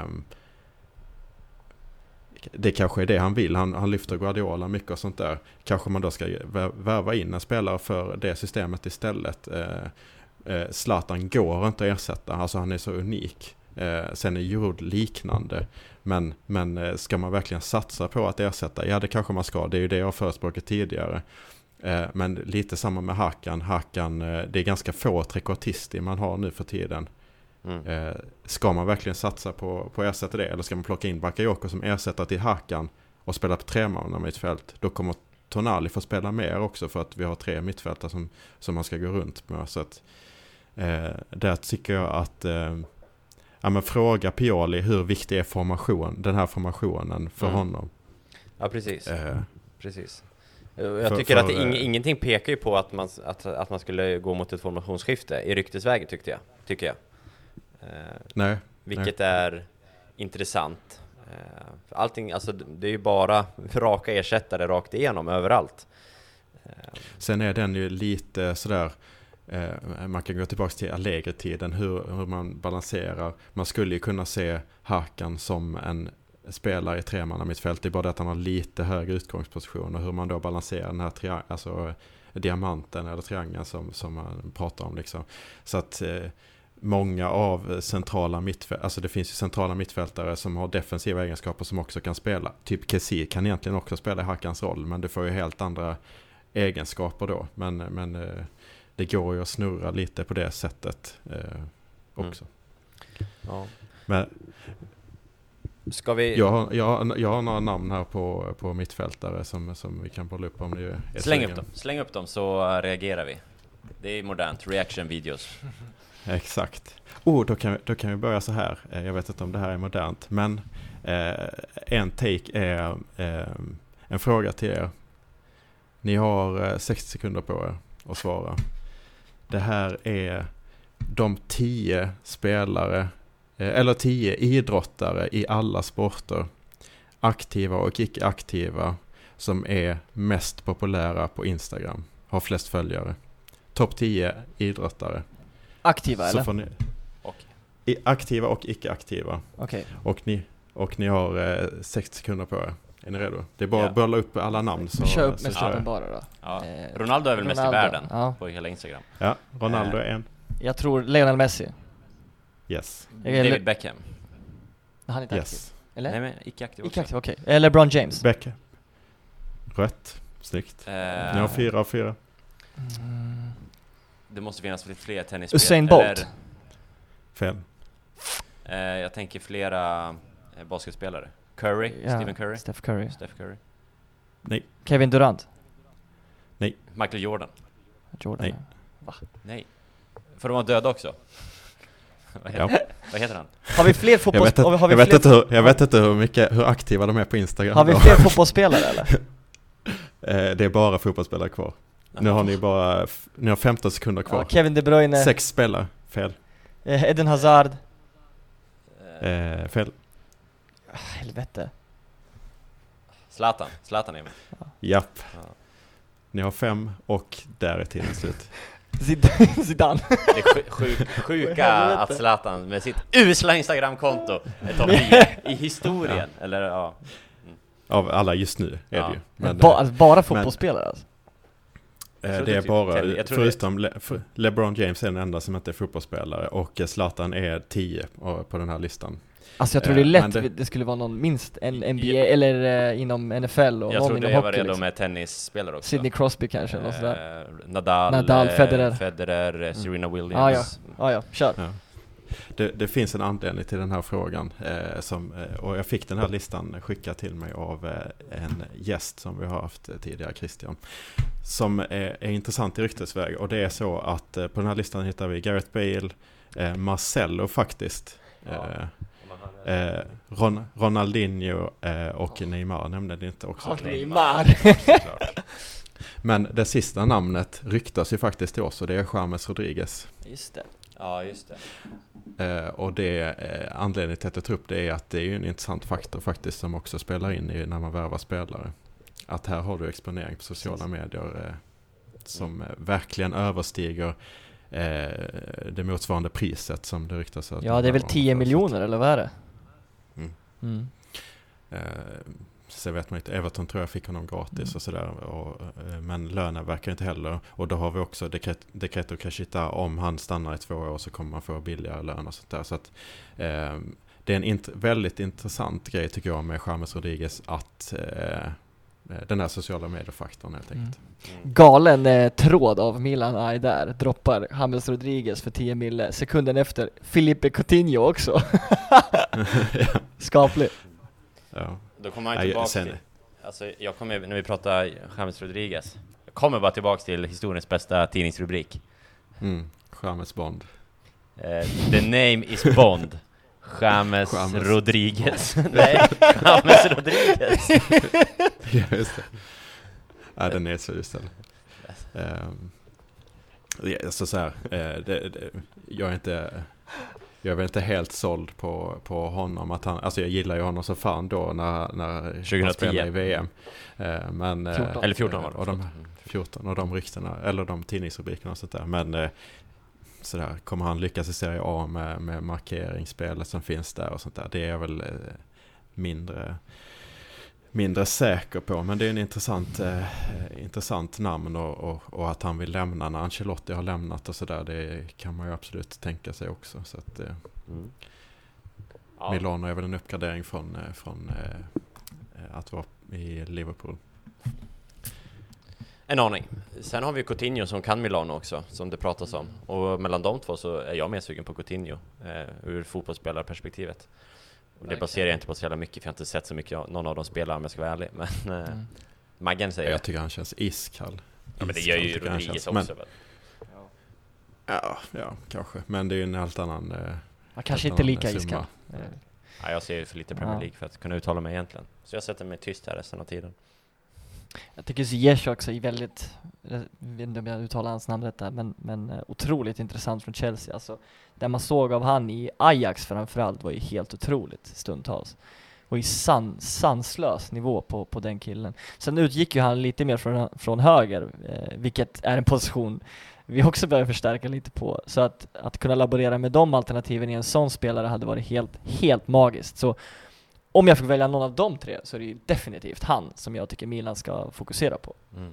Speaker 2: det kanske är det han vill. Han, han lyfter Guardiola mycket och sånt där. Kanske man då ska värva in en spelare för det systemet istället. Eh, eh, Zlatan går inte att ersätta, alltså han är så unik. Eh, sen är Giroud liknande, men, men eh, ska man verkligen satsa på att ersätta? Ja, det kanske man ska, det är ju det jag har förespråkat tidigare. Eh, men lite samma med Hakan. Hakan, eh, det är ganska få trequartister man har nu för tiden. Mm. Eh, ska man verkligen satsa på, på att ersätta det, eller ska man plocka in Bakayoko som ersätter till Hakan och spela på tre man mittfält? Då kommer Tonali få spela mer också, för att vi har tre mittfältare som, som man ska gå runt med. Så att, eh, där tycker jag att eh, ja, men fråga Pioli hur viktig är formation, den här formationen för mm. honom.
Speaker 1: Ja, precis.
Speaker 2: Eh,
Speaker 1: precis. Jag
Speaker 2: för,
Speaker 1: tycker
Speaker 2: för,
Speaker 1: att ing, ingenting pekar ju på att man, att, att man skulle gå mot ett formationsskifte i ryktesvägen, tyckte jag, tycker jag. Eh,
Speaker 2: nej.
Speaker 1: Vilket
Speaker 2: nej.
Speaker 1: är intressant. Allting, alltså det är ju bara raka ersättare rakt igenom överallt.
Speaker 2: Sen är den ju lite sådär, eh, man kan gå tillbaka till Allegri-tiden, hur, hur man balanserar. Man skulle ju kunna se Hakan som en spelare i tremanna mittfält. Det är bara det att han har lite högre utgångsposition och hur man då balanserar den här triang- alltså, diamanten eller triangeln som, som man pratar om. Liksom. Så att eh, många av centrala mittfältare, alltså det finns ju centrala mittfältare som har defensiva egenskaper som också kan spela. Typ Kessie kan egentligen också spela i Hakans roll, men du får ju helt andra egenskaper då. Men, men eh, det går ju att snurra lite på det sättet eh, också.
Speaker 1: Mm. Ja.
Speaker 2: Men
Speaker 1: ska vi...
Speaker 2: jag, har, jag, har, jag har några namn här på, på mittfältare som, som vi kan bolla upp om det är
Speaker 1: Släng upp dem. Släng upp dem så reagerar vi. Det är modernt. Reaction videos.
Speaker 2: Exakt. Oh, då kan, vi, då kan vi börja så här. Jag vet inte om det här är modernt, men eh, en take är eh, en fråga till er. Ni har eh, sextio sekunder på er att svara. Det här är de tio spelare eh, eller tio idrottare i alla sporter, aktiva och icke-aktiva, som är mest populära på Instagram, har flest följare. Topp tio idrottare.
Speaker 3: Aktiva
Speaker 2: så
Speaker 3: eller?
Speaker 2: Får ni,
Speaker 1: Och.
Speaker 2: I, aktiva och icke-aktiva.
Speaker 3: Okej.
Speaker 2: Och ni, och ni har eh, sextio sekunder på er. Är ni redo? Det är bara
Speaker 1: Ja.
Speaker 2: att bolla upp alla namn. Så,
Speaker 3: Kör upp
Speaker 2: så
Speaker 3: med
Speaker 2: kör jag.
Speaker 3: snappen bara då.
Speaker 1: Ja.
Speaker 3: Eh,
Speaker 1: Ronaldo är väl mest i
Speaker 3: Ronaldo,
Speaker 1: världen
Speaker 3: ja.
Speaker 1: på hela Instagram.
Speaker 2: Ja, Ronaldo är en.
Speaker 3: Jag tror Lionel Messi.
Speaker 2: Yes.
Speaker 3: Jag-
Speaker 1: David Beckham.
Speaker 3: Han är inte aktiv.
Speaker 2: Yes.
Speaker 3: Eller?
Speaker 1: Nej, men icke-aktiv också.
Speaker 3: Icke aktiv, okej. Okay. LeBron James.
Speaker 2: Beckham. Rätt. Snyggt.
Speaker 1: Eh,
Speaker 2: Ni har fyra av fyra.
Speaker 3: Mm.
Speaker 1: Det måste finnas lite fler tennisspelare.
Speaker 3: Usain Bolt.
Speaker 1: Eller,
Speaker 2: Fel.
Speaker 1: eh, jag tänker flera eh, basketspelare. Curry,
Speaker 3: Ja,
Speaker 1: Stephen Curry.
Speaker 3: Steph Curry.
Speaker 1: Steph Curry.
Speaker 3: Kevin Durant.
Speaker 1: Michael Jordan.
Speaker 3: Jordan.
Speaker 2: Nej.
Speaker 1: Nej. För de var döda också. Vad heter,
Speaker 2: Ja.
Speaker 1: vad heter han?
Speaker 3: Har vi fler
Speaker 2: Jag
Speaker 3: fotbolls...
Speaker 2: vet, inte,
Speaker 3: har vi
Speaker 2: jag, vet
Speaker 3: fler...
Speaker 2: inte hur, jag vet inte hur mycket hur aktiva de är på Instagram.
Speaker 3: Har vi
Speaker 2: då.
Speaker 3: fler fotbollsspelare eller?
Speaker 2: Eh, Det är bara fotbollsspelare kvar. Nu har ni bara f- ni har femton sekunder kvar.
Speaker 3: Ja, Kevin De Bruyne.
Speaker 2: Sex spelare. Fel.
Speaker 3: Eh, Eden Hazard.
Speaker 1: Eh,
Speaker 2: Eh, fel.
Speaker 3: Ah, helvete.
Speaker 1: Zlatan. Zlatan är med.
Speaker 2: Japp.
Speaker 1: Ja.
Speaker 2: Ni har fem och där är tiden slut.
Speaker 3: Zid- Zidane.
Speaker 1: Det är sjuk, sjuk, sjuka
Speaker 3: Helvete.
Speaker 1: att Zlatan med sitt usla Instagram-konto är topp nio i historien. Eller ja.
Speaker 2: Av alla just nu är
Speaker 1: Ja.
Speaker 2: det ju. Men,
Speaker 3: ba-
Speaker 2: eh,
Speaker 3: alltså, bara fotbollsspelare alltså.
Speaker 2: eh,
Speaker 1: trodde
Speaker 2: det är
Speaker 1: typ
Speaker 2: bara,
Speaker 1: tennis. Jag trodde-
Speaker 2: förutom Le- för LeBron James är den enda som inte är fotbollsspelare och eh, Zlatan är tio på på den här listan.
Speaker 3: Alltså jag tror
Speaker 2: Eh,
Speaker 3: det är
Speaker 2: men
Speaker 3: lätt,
Speaker 2: det-
Speaker 3: det... skulle vara någon minst en N B A
Speaker 1: Ja.
Speaker 3: eller eh, inom N F L och
Speaker 1: Jag
Speaker 3: någon
Speaker 1: trodde
Speaker 3: inom
Speaker 1: jag var
Speaker 3: hockey
Speaker 1: redo
Speaker 3: liksom.
Speaker 1: med tennisspelare också.
Speaker 3: Sidney Crosby kanske, eller sådär.
Speaker 1: Eh, Nadal,
Speaker 3: Nadal,
Speaker 1: eh,
Speaker 3: Federer.
Speaker 1: Federer, eh, Serena Williams.
Speaker 3: Ah, ja. Ja, ja, kör.
Speaker 2: Ja. Det, det finns en anledning till den här frågan eh, som, eh, och jag fick den här listan skickad till mig av eh, en gäst som vi har haft eh, tidigare, Christian, som är, är intressant i ryktesväg, och det är så att eh, på den här listan hittar vi Gareth Bale, eh, Marcelo faktiskt,
Speaker 1: Ja.
Speaker 2: eh, eh, Ron, Ronaldinho eh, och Neymar nämnde det inte också.
Speaker 3: Ja,
Speaker 1: Neymar.
Speaker 3: Neymar.
Speaker 2: Men det sista namnet ryktas ju faktiskt till oss, och det är James Rodriguez.
Speaker 3: Just det.
Speaker 1: Ja, just det.
Speaker 2: Eh, och det eh, anledningen till att jag tar upp det är att det är ju en intressant faktor faktiskt som också spelar in i när man värvar spelare. Att här har du exponering på sociala
Speaker 3: Precis.
Speaker 2: medier eh, som eh, verkligen överstiger eh, det motsvarande priset som det ryktas att
Speaker 3: Ja,
Speaker 2: man
Speaker 3: det är väl
Speaker 2: värvar
Speaker 3: tio
Speaker 2: för.
Speaker 3: miljoner eller vad är det?
Speaker 2: Mm.
Speaker 3: Mm.
Speaker 2: Eh, så vet man inte, Everton tror jag fick honom gratis
Speaker 3: Mm.
Speaker 2: och sådär, och, eh, men lönen verkar inte heller, och då har vi också dekret, dekreto cashita, om han stannar i två år så kommer man få billigare lön och sånt där, så att eh, det är en int- väldigt intressant grej tycker jag med James Rodriguez, att eh, den här sociala mediefaktorn helt enkelt.
Speaker 1: Mm.
Speaker 3: Galen eh, tråd av Milan Aj där droppar James Rodriguez för tio mille. Sekunden efter Felipe Coutinho också.
Speaker 2: Ja.
Speaker 3: Skapligt.
Speaker 2: Ja.
Speaker 1: Då kommer man ju
Speaker 2: Nej,
Speaker 1: tillbaka
Speaker 2: sen-
Speaker 1: till... Alltså, jag kommer, när vi pratar James Rodriguez, jag kommer bara tillbaka till historiens bästa tidningsrubrik.
Speaker 2: Mm. James Bond.
Speaker 1: Eh, the name is Bond. James,
Speaker 2: James.
Speaker 1: Rodriguez. Nej, James Rodriguez.
Speaker 2: Ja, just det. Ja, den är så just det. Um, ja, alltså så här, eh, det, det, jag är inte jag är väl inte helt såld på, på honom. Att han, alltså jag gillar ju honom så fan då när, när han spelade i V M. Eh, men,
Speaker 3: fjorton.
Speaker 1: Eller fjorton var det.
Speaker 2: Och de, fjorton och de ryktena, eller de tidningsrubrikerna och sånt där. Men eh, sådär, kommer han lyckas i Serie A med, med markeringsspelet som finns där och sånt där. Det är väl eh, mindre... mindre säker på, men det är en intressant eh, intressant namn och, och, och att han vill lämna när Ancelotti har lämnat och sådär, det kan man ju absolut tänka sig också, så att eh,
Speaker 1: mm. ja.
Speaker 2: Milano är väl en uppgradering från, eh, från eh, att vara i Liverpool.
Speaker 1: En aning. Sen har vi Coutinho som kan Milano också, som det pratas om, och mellan de två så är jag mer sugen på Coutinho eh, ur fotbollsspelarperspektivet. Och det baserar jag inte på så jävla mycket, för jag har inte sett så mycket någon av dem spela, om jag ska vara ärlig. Men mm. Maggen säger...
Speaker 2: Jag tycker han känns iskall.
Speaker 1: Ja, men det gör ju Rodriguez också. Men,
Speaker 2: ja, ja, kanske. Men det är ju en helt annan... Eh,
Speaker 3: ja, kanske inte lika iskall.
Speaker 1: Ja, jag ser ju för lite Premier League för att kunna uttala mig egentligen. Så jag sätter mig tyst här resten av tiden.
Speaker 3: Jag tycker Ziyech också är väldigt, jag vet inte om jag uttalar hans namn rätt där, men, men otroligt intressant från Chelsea. Alltså, det man såg av han i Ajax framförallt var ju helt otroligt stundtals. Och i san, sanslös nivå på, på den killen. Sen utgick ju han lite mer från, från höger, eh, vilket är en position vi också börjar förstärka lite på. Så att, att kunna laborera med de alternativen i en sån spelare hade varit helt, helt magiskt. Så om jag fick välja någon av de tre så är det ju definitivt han som jag tycker Milan ska fokusera på. Mm.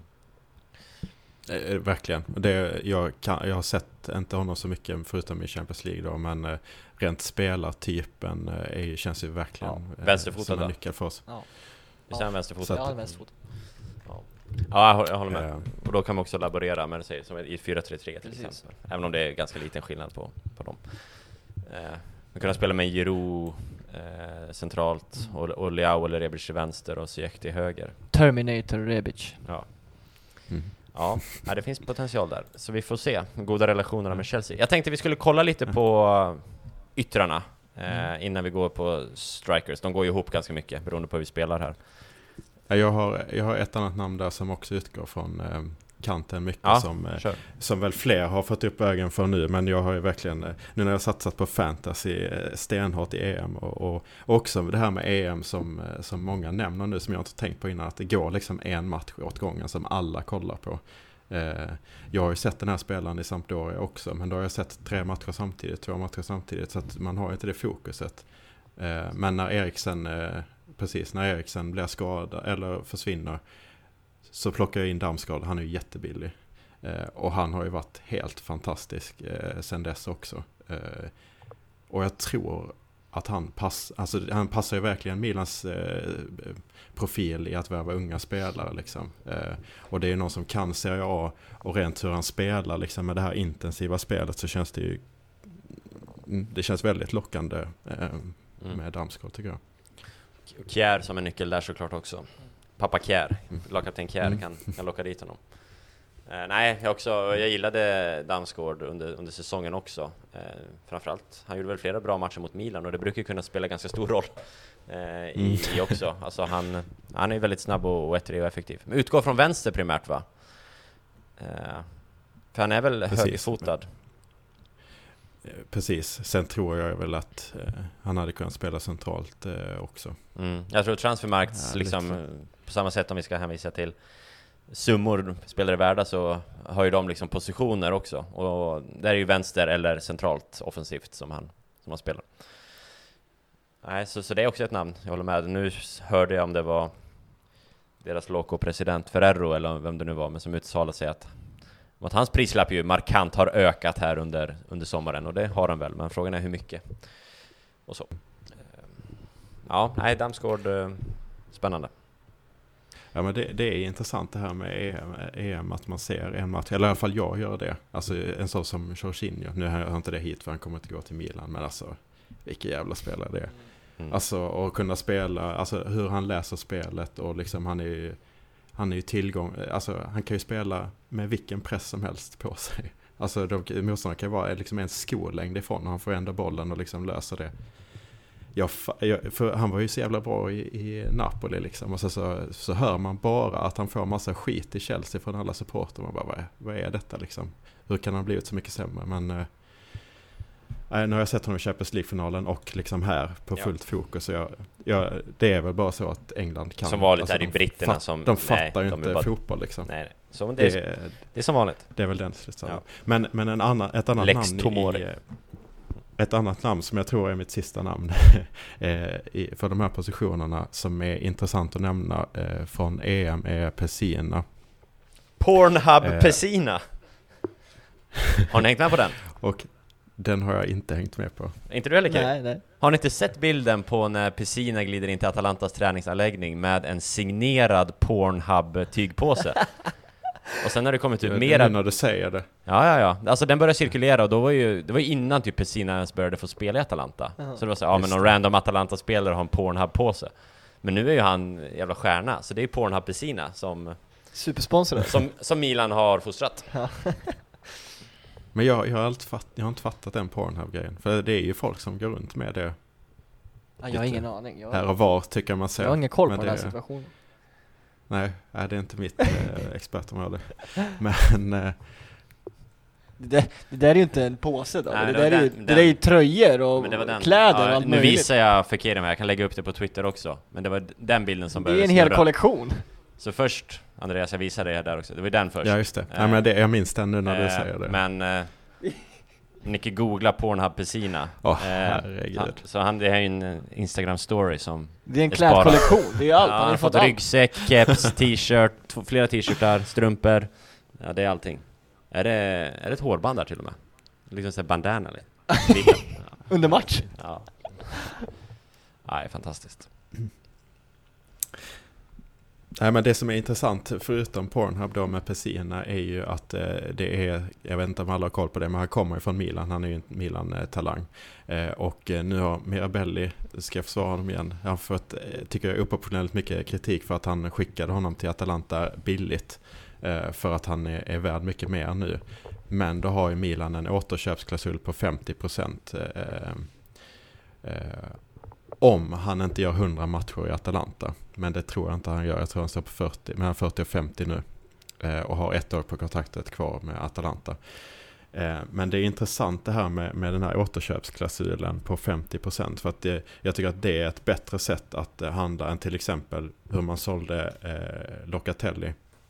Speaker 2: Eh, verkligen. Det, jag, kan, jag har sett inte honom så mycket förutom i Champions League då, men eh, rent spelartypen eh, känns ju verkligen
Speaker 1: ja. Vänsterfotad
Speaker 2: som en nyckel för oss.
Speaker 1: Ja. Visst är han vänsterfotad?
Speaker 3: Ja, vänsterfotad.
Speaker 1: Ja, ja jag håller med. Ja. Och då kan man också laborera med det, säger, som i fyra tre tre till Precis. exempel. Även om det är ganska liten skillnad på, på dem. Eh, man kan spela med Giroud Eh, centralt och, och Leao eller Rebic till vänster och Ziyech till höger.
Speaker 3: Terminator Rebic.
Speaker 1: Ja. Mm. Ja, ja, det finns potential där. Så vi får se goda relationerna med Chelsea. Jag tänkte vi skulle kolla lite på yttrarna eh, mm. innan vi går på strikers. De går ju ihop ganska mycket beroende på hur vi spelar här.
Speaker 2: Jag har, jag har ett annat namn där som också utgår från eh, kanten mycket,
Speaker 1: ja,
Speaker 2: som, eh, som väl fler har fått upp ögonen för nu, men jag har ju verkligen, eh, nu när jag satsat på fantasy eh, stenhårt i E M och, och, och också det här med E M som, eh, som många nämner nu, som jag inte tänkt på innan, att det går liksom en match åt gången som alla kollar på. Eh, jag har ju sett den här spelaren i Sampdoria också, men då har jag sett tre matcher samtidigt, två matcher samtidigt, så att man har inte det fokuset. Eh, men när Eriksen eh, precis, när Eriksen blir skadad eller försvinner, så plockar jag in Damsgaard. Han är ju jättebillig. Eh, och han har ju varit helt fantastisk eh, sen dess också. Eh, och jag tror att han, pass, alltså, han passar ju verkligen Milans eh, profil i att värva unga spelare. Liksom. Eh, och det är ju någon som kan Serie A, och rent hur han spelar liksom, med det här intensiva spelet, så känns det ju det känns väldigt lockande eh, med mm. Damsgaard, tycker jag.
Speaker 1: Kjär som en nyckel där såklart också. Pappa Kjär, mm. lagkapten Kjär mm. kan, kan locka dit honom. Uh, nej, jag, också, jag gillade Damsgaard under, under säsongen också. Uh, framförallt, han gjorde väl flera bra matcher mot Milan, och det brukar kunna spela ganska stor roll uh, i, mm. i också. Alltså han, han är väldigt snabb och, och ettrig och effektiv. Men utgår från vänster primärt, va? Uh, för han är väl Precis. högerfotad.
Speaker 2: Precis, sen tror jag väl att eh, han hade kunnat spela centralt eh, också.
Speaker 1: Mm. Jag tror Transfermarkt, ja, liksom, på samma sätt, om vi ska hänvisa till summor spelare värda, så har ju de liksom positioner också. Och där är ju vänster eller centralt offensivt som han, som han spelar. Nej, så, så det är också ett namn, jag håller med. Nu hörde jag om det var deras loco-president Ferrero, eller vem det nu var, men som uttalade sig att att hans prislapp ju markant har ökat här under, under sommaren, och det har han väl, men frågan är hur mycket och så. Ja, nej, Damsgaard, spännande.
Speaker 2: Ja, men det, det är intressant det här med E M, E M, att man ser en match, eller i alla fall jag gör det. Alltså en sån som Jorginho, nu har jag inte det hit för han kommer inte gå till Milan, men alltså vilken jävla spelare det är. Mm. Alltså att kunna spela, alltså hur han läser spelet, och liksom han är ju Han är ju tillgång, alltså han kan ju spela med vilken press som helst på sig. Alltså de motståndarna kan ju vara liksom en skolängd ifrån, och han får ändå bollen och liksom löser det. Jag, jag, för han var ju så jävla bra i, i Napoli liksom, och så, så, så hör man bara att han får massa skit i Chelsea från alla supporter. Man bara, vad är, vad är detta liksom? Hur kan han bli ut så mycket sämre? Men äh, nu har jag sett honom i Champions League-finalen och liksom här på fullt ja. fokus. Jag, jag, det är väl bara så att England kan...
Speaker 1: Som vanligt
Speaker 2: alltså,
Speaker 1: är det britterna
Speaker 2: fatt,
Speaker 1: som...
Speaker 2: De fattar
Speaker 1: nej,
Speaker 2: ju
Speaker 1: de
Speaker 2: inte
Speaker 1: bara,
Speaker 2: fotboll liksom.
Speaker 1: Nej, nej. Så det, är, det, det är som vanligt.
Speaker 2: Det är väl den slutsatsen. Ja. Men, men en annan, ett annat
Speaker 1: Lex
Speaker 2: namn
Speaker 1: Tomori.
Speaker 2: i... Ett annat namn som jag tror är mitt sista namn för de här positionerna som är intressant att nämna från E M är Pessina.
Speaker 1: Pornhub eh. Pessina. Har ni hängt med på den?
Speaker 2: Och den har jag inte hängt med på.
Speaker 1: Inte du heller, Kjell?
Speaker 3: Nej, nej.
Speaker 1: Har ni inte sett bilden på när Pessina glider in till Atalantas träningsanläggning med en signerad Pornhub-tygpåse? Och sen har det kommit ut
Speaker 2: det,
Speaker 1: mera...
Speaker 2: när du säger det.
Speaker 1: Ja, ja, ja. Alltså den började cirkulera och då var ju... Det var ju innan typ Pessina ens började få spela i Atalanta. Uh-huh. Så det var så ja men någon det. random Atalanta-spelare har en Pornhub-påse. Men nu är ju han jävla stjärna. Så det är Pornhub Pessina som...
Speaker 3: Supersponsor.
Speaker 1: Som, som Milan har fostrat.
Speaker 3: Ja.
Speaker 2: Men jag, jag, har alltid fatt, jag har inte fattat den Pornhub-grejen. För det är ju folk som går runt med det.
Speaker 3: Ja, jag har ingen aning. Jag...
Speaker 2: Här och var tycker man ser.
Speaker 3: Jag har ingen koll på
Speaker 2: det,
Speaker 3: den här situationen.
Speaker 2: Nej, nej, det är inte mitt eh, expertområde. Men... Eh,
Speaker 3: det, det där är ju inte en påse då.
Speaker 1: Nej,
Speaker 3: det,
Speaker 1: det,
Speaker 3: där
Speaker 1: den,
Speaker 3: är ju,
Speaker 1: den,
Speaker 3: det där är ju tröjor och kläder ja, och allt
Speaker 1: nu
Speaker 3: möjligt.
Speaker 1: visar jag för Kira, men jag kan lägga upp det på Twitter också. Men det var den bilden som började
Speaker 3: Det är en hel
Speaker 1: snurra.
Speaker 3: kollektion.
Speaker 1: Så först, Andreas, jag visade det där också. Det var den först.
Speaker 2: Ja, just det.
Speaker 1: Eh,
Speaker 2: ja, men det jag minns den nu när
Speaker 1: eh,
Speaker 2: du säger det.
Speaker 1: Men... Eh, Nicke googla Pornhub Pessina.
Speaker 2: Åh, oh, herregud.
Speaker 1: Han, så han, det här är ju en Instagram-story som...
Speaker 3: Det är en klädkollektion, det är ju allt.
Speaker 1: Ja,
Speaker 3: han har
Speaker 1: fått
Speaker 3: fått
Speaker 1: ryggsäck, keps, t-shirt, t- flera t-shirtar, strumpor. Ja, det är allting. Är det, är det ett hårband där till och med? Liksom såhär bandana eller? Ja.
Speaker 3: Under match?
Speaker 1: Ja. Nej, fantastiskt.
Speaker 2: Nej, men det som är intressant förutom Pornhub då med Pessina är ju att eh, det är, jag vet inte om alla har koll på det, men han kommer ju från Milan, han är ju en Milan-talang. Eh, och eh, nu har Mirabelli, ska jag försvara honom igen, han har fått, eh, tycker jag, oproportionellt mycket kritik för att han skickade honom till Atalanta billigt eh, för att han är, är värd mycket mer nu. Men då har ju Milan en återköpsklausul på femtio procent eh, eh, om han inte gör hundra matcher i Atalanta. Men det tror jag inte han gör. Jag tror han står på fyrtio, mellan fyrtio och femtio nu. Eh, och har ett år på kontraktet kvar med Atalanta. Eh, men det är intressant det här med, med den här återköpsklausulen på femtio procent. För att det, jag tycker att det är ett bättre sätt att eh, handla än till exempel hur man sålde eh, Locatelli.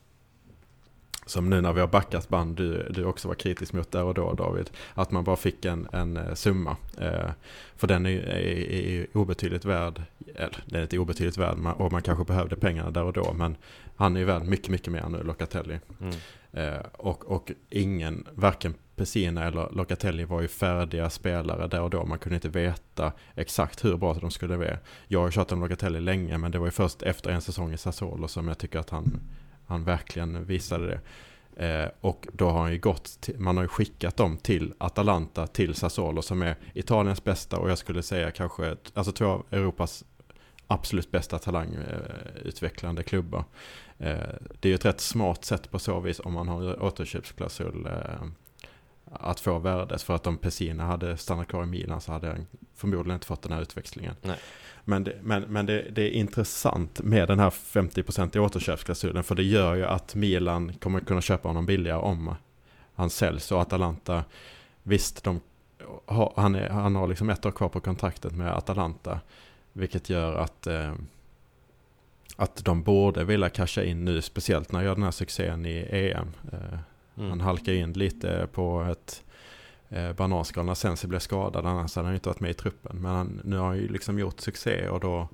Speaker 2: Som nu när vi har backat band, du, du också var kritisk mot där och då, David, att man bara fick en, en summa. Eh, för den är, är, är obetydligt värd, eller den är inte obetydligt värd, man, och man kanske behövde pengarna där och då, men han är ju värd mycket, mycket mer nu, Locatelli. Mm. Eh, och, och ingen, varken Pessina eller Locatelli var ju färdiga spelare där och då. Man kunde inte veta exakt hur bra de skulle vara. Jag har kört om Locatelli länge, men det var ju först efter en säsong i Sassuolo som jag tycker att han Han verkligen visade det. Eh, och då har han ju gått till, man har ju skickat dem till Atalanta, till Sassuolo som är Italiens bästa och jag skulle säga kanske alltså två av Europas absolut bästa talangutvecklande eh, klubbar. Eh, det är ju ett rätt smart sätt på så vis om man har återköpsklausul eh, att få värdet, för att om Pessina hade stannat kvar i Milan så hade han förmodligen inte fått den här utväxlingen.
Speaker 1: Nej.
Speaker 2: Men, det, men, men det, det är intressant med den här femtio procent i återköpsklausulen, för det gör ju att Milan kommer kunna köpa honom billigare om han säljs, och Atalanta, visst, de, han, är, han har liksom ett år kvar på kontraktet med Atalanta, vilket gör att eh, att de borde vilja casha in nu, speciellt när jag gör den här succén i E M. Eh, mm. Han halkar in lite på ett eh, bananskal när Sensi blev skadad, annars hade han inte varit med i truppen. Men han, nu har han ju liksom gjort succé, och då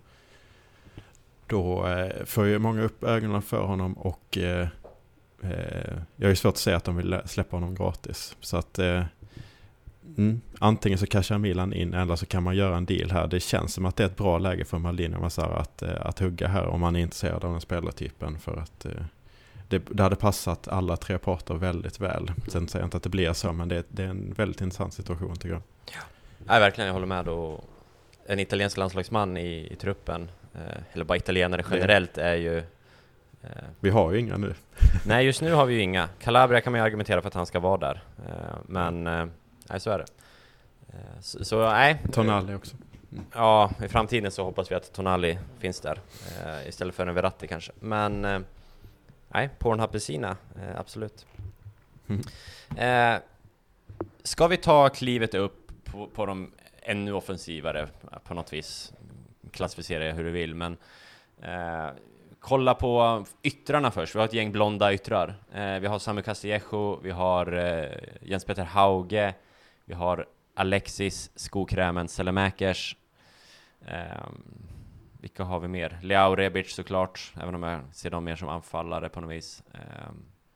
Speaker 2: då eh, får ju många upp ögonen för honom, och eh, eh, jag är ju svårt att säga att de vill släppa honom gratis. Så att eh, mm, antingen så cashar Milan in, eller så kan man göra en deal här. Det känns som att det är ett bra läge för Maldini och Massara att, eh, att hugga här om man är intresserad av den spelartypen, för att eh, det, det hade passat alla tre parter väldigt väl. Sen säger jag inte att det blir så, men det, det är en väldigt intressant situation, tycker jag.
Speaker 1: Ja, Nej, verkligen, jag håller med då. En italiensk landslagsman i, i truppen, eh, eller bara italienare generellt, är ju... Eh,
Speaker 2: vi har ju inga nu.
Speaker 1: Nej, just nu har vi ju inga. Calabria kan man ju argumentera för att han ska vara där. Eh, men, eh, nej, så är det. Eh, så, så, nej.
Speaker 2: Tonali också.
Speaker 1: Mm. Ja, i framtiden så hoppas vi att Tonali finns där. Eh, istället för en Verratti kanske. Men, eh, nej, Pornhub Pessina, eh, absolut. Mm. Eh, ska vi ta klivet upp på, på de ännu offensivare på något vis. Klassificera hur du vill, men eh, kolla på yttrarna först. Vi har ett gäng blonda yttrar. Eh, vi har Samu Castillejo, vi har eh, Jens Petter Hauge, vi har Alexis Skokrämen Selemäkers. Eh, vilka har vi mer? Leao Rebic såklart, även om jag ser dem mer som anfallare på något vis. Eh,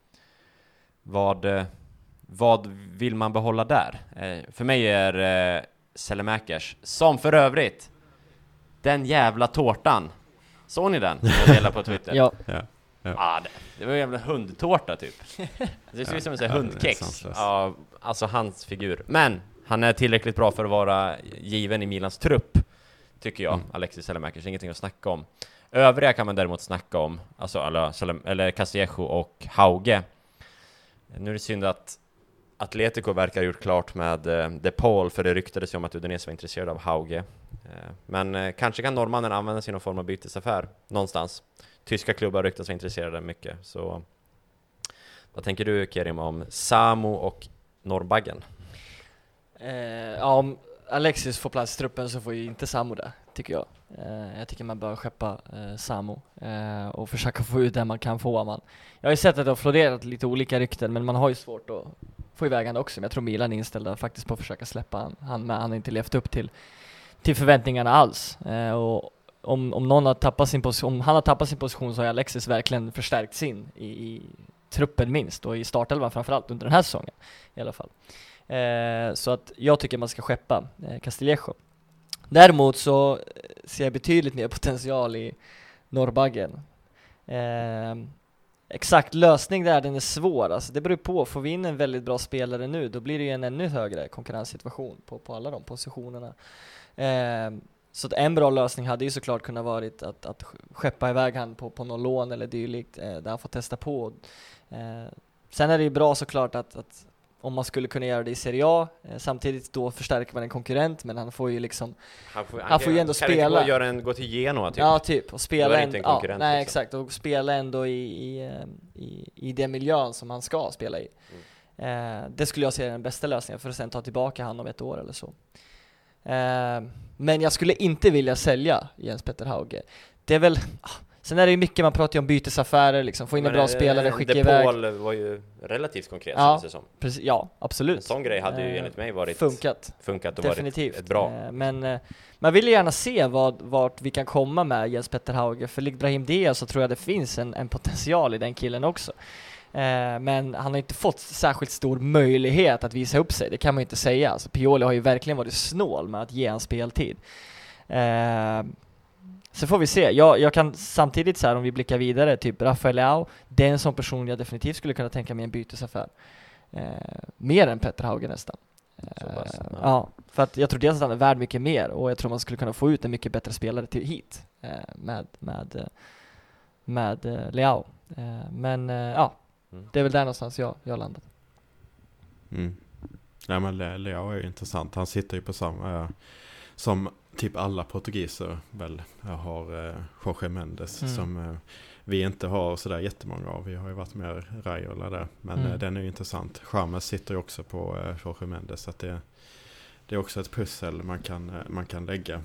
Speaker 1: vad, vad vill man behålla där? Eh, för mig är eh, Selemäkers, som för övrigt den jävla tårtan. Såg ni den? Jag delade på Twitter.
Speaker 3: Ja.
Speaker 2: Ja. Ja.
Speaker 1: Ah, det, det var en jävla hundtårta typ. Det ser ut som en sån här
Speaker 2: Ja,
Speaker 1: hundkex. Ja, alltså hans figur. Men han är tillräckligt bra för att vara given i Milans trupp, tycker jag. Mm. Alexis Selemäkers, ingenting att snacka om. Övriga kan man däremot snacka om. Alltså alla, eller Castillejo och Hauge. Nu är det synd att Atletico verkar ha gjort klart med eh, De Paul, för det ryktades ju om att Udinese var intresserad av Hauge. Eh, men eh, kanske kan norrmannen använda sig i någon form av bytesaffär någonstans. Tyska klubbar ryktas vara intresserade mycket. Så vad tänker du, Kerim, om Samu och Norrbaggen?
Speaker 3: Eh, ja, om Alexis får plats i truppen så får ju inte Samu det, tycker jag. Eh, jag tycker man bör skeppa eh, Samu eh, och försöka få ut det man kan få. Man. Jag har ju sett att det har florerat lite olika rykten, men man har ju svårt att få iväg han också. Men jag tror Milan är inställda faktiskt på att försöka släppa han. Han, han har inte levt upp till, till förväntningarna alls. Eh, och om, om, någon har tappat sin position, om han har tappat sin position så har Alexis verkligen förstärkt sin i, i truppen minst, och i startelvan framförallt under den här säsongen i alla fall. Eh, så att jag tycker man ska skeppa eh, Castillejo. Däremot så ser jag betydligt mer potential i Norrbaggen. Eh, exakt lösning där, den är svår. Alltså det beror på, får vi in en väldigt bra spelare nu, då blir det ju en ännu högre konkurrenssituation på, på alla de positionerna. Eh, så att en bra lösning hade ju såklart kunnat varit att, att skeppa iväg han på, på någon lån eller dylikt, eh, där han får testa på. Eh, sen är det ju bra såklart att, att om man skulle kunna göra det i Serie A, eh, samtidigt då förstärker man en konkurrent, men han får ju liksom
Speaker 1: han får, han
Speaker 3: han får ju ändå
Speaker 1: kan
Speaker 3: spela.
Speaker 1: Inte gå, göra en, gå till Genoa typ.
Speaker 3: Ja, typ, och spela
Speaker 1: en,
Speaker 3: en,
Speaker 1: ja,
Speaker 3: nej
Speaker 1: liksom.
Speaker 3: exakt, och spela ändå i i, i i den miljön som han ska spela i. Mm. Eh, det skulle jag säga är den bästa lösningen, för att sen ta tillbaka han om ett år eller så. Eh, men jag skulle inte vilja sälja Jens Petter Hauge. Det är väl, sen är det ju mycket, man pratar ju om bytesaffärer, liksom, få in men en bra det, spelare, skicka
Speaker 1: De
Speaker 3: iväg.
Speaker 1: Paul var ju relativt konkret,
Speaker 3: ja,
Speaker 1: som.
Speaker 3: Precis, ja, absolut.
Speaker 1: En sån grej hade ju enligt mig varit
Speaker 3: funkat,
Speaker 1: funkat och
Speaker 3: definitivt.
Speaker 1: Varit ett bra.
Speaker 3: Men eh, man vill ju gärna se vad, vart vi kan komma med Jens Petter Hauge. För lik Brahim Diaz så tror jag det finns en, en potential i den killen också. Eh, men han har inte fått särskilt stor möjlighet att visa upp sig, det kan man ju inte säga. Alltså, Pioli har ju verkligen varit snål med att ge en speltid. Eh, Så får vi se. Jag, jag kan samtidigt så här, om vi blickar vidare, typ Rafael Leao, det är en sån person jag definitivt skulle kunna tänka mig en bytesaffär. Eh, mer än Petter Hauge nästan. Eh,
Speaker 1: pass, ja.
Speaker 3: ja, för att jag tror dels att han är värd mycket mer, och jag tror man skulle kunna få ut en mycket bättre spelare till hit eh, med, med, med eh, Leao. Eh, men eh, ja, mm. det är väl där någonstans jag, jag landat.
Speaker 2: Mm. Ja, men Leao är ju intressant. Han sitter ju på samma... Äh, som typ alla portugiser väl har eh, Jorge Mendes mm. som eh, vi inte har sådär jättemånga av. Vi har ju varit mer Raiola där. Men mm. eh, den är ju intressant. James sitter ju också på eh, Jorge Mendes. Så att det, det är också ett pussel man kan, eh, man kan lägga.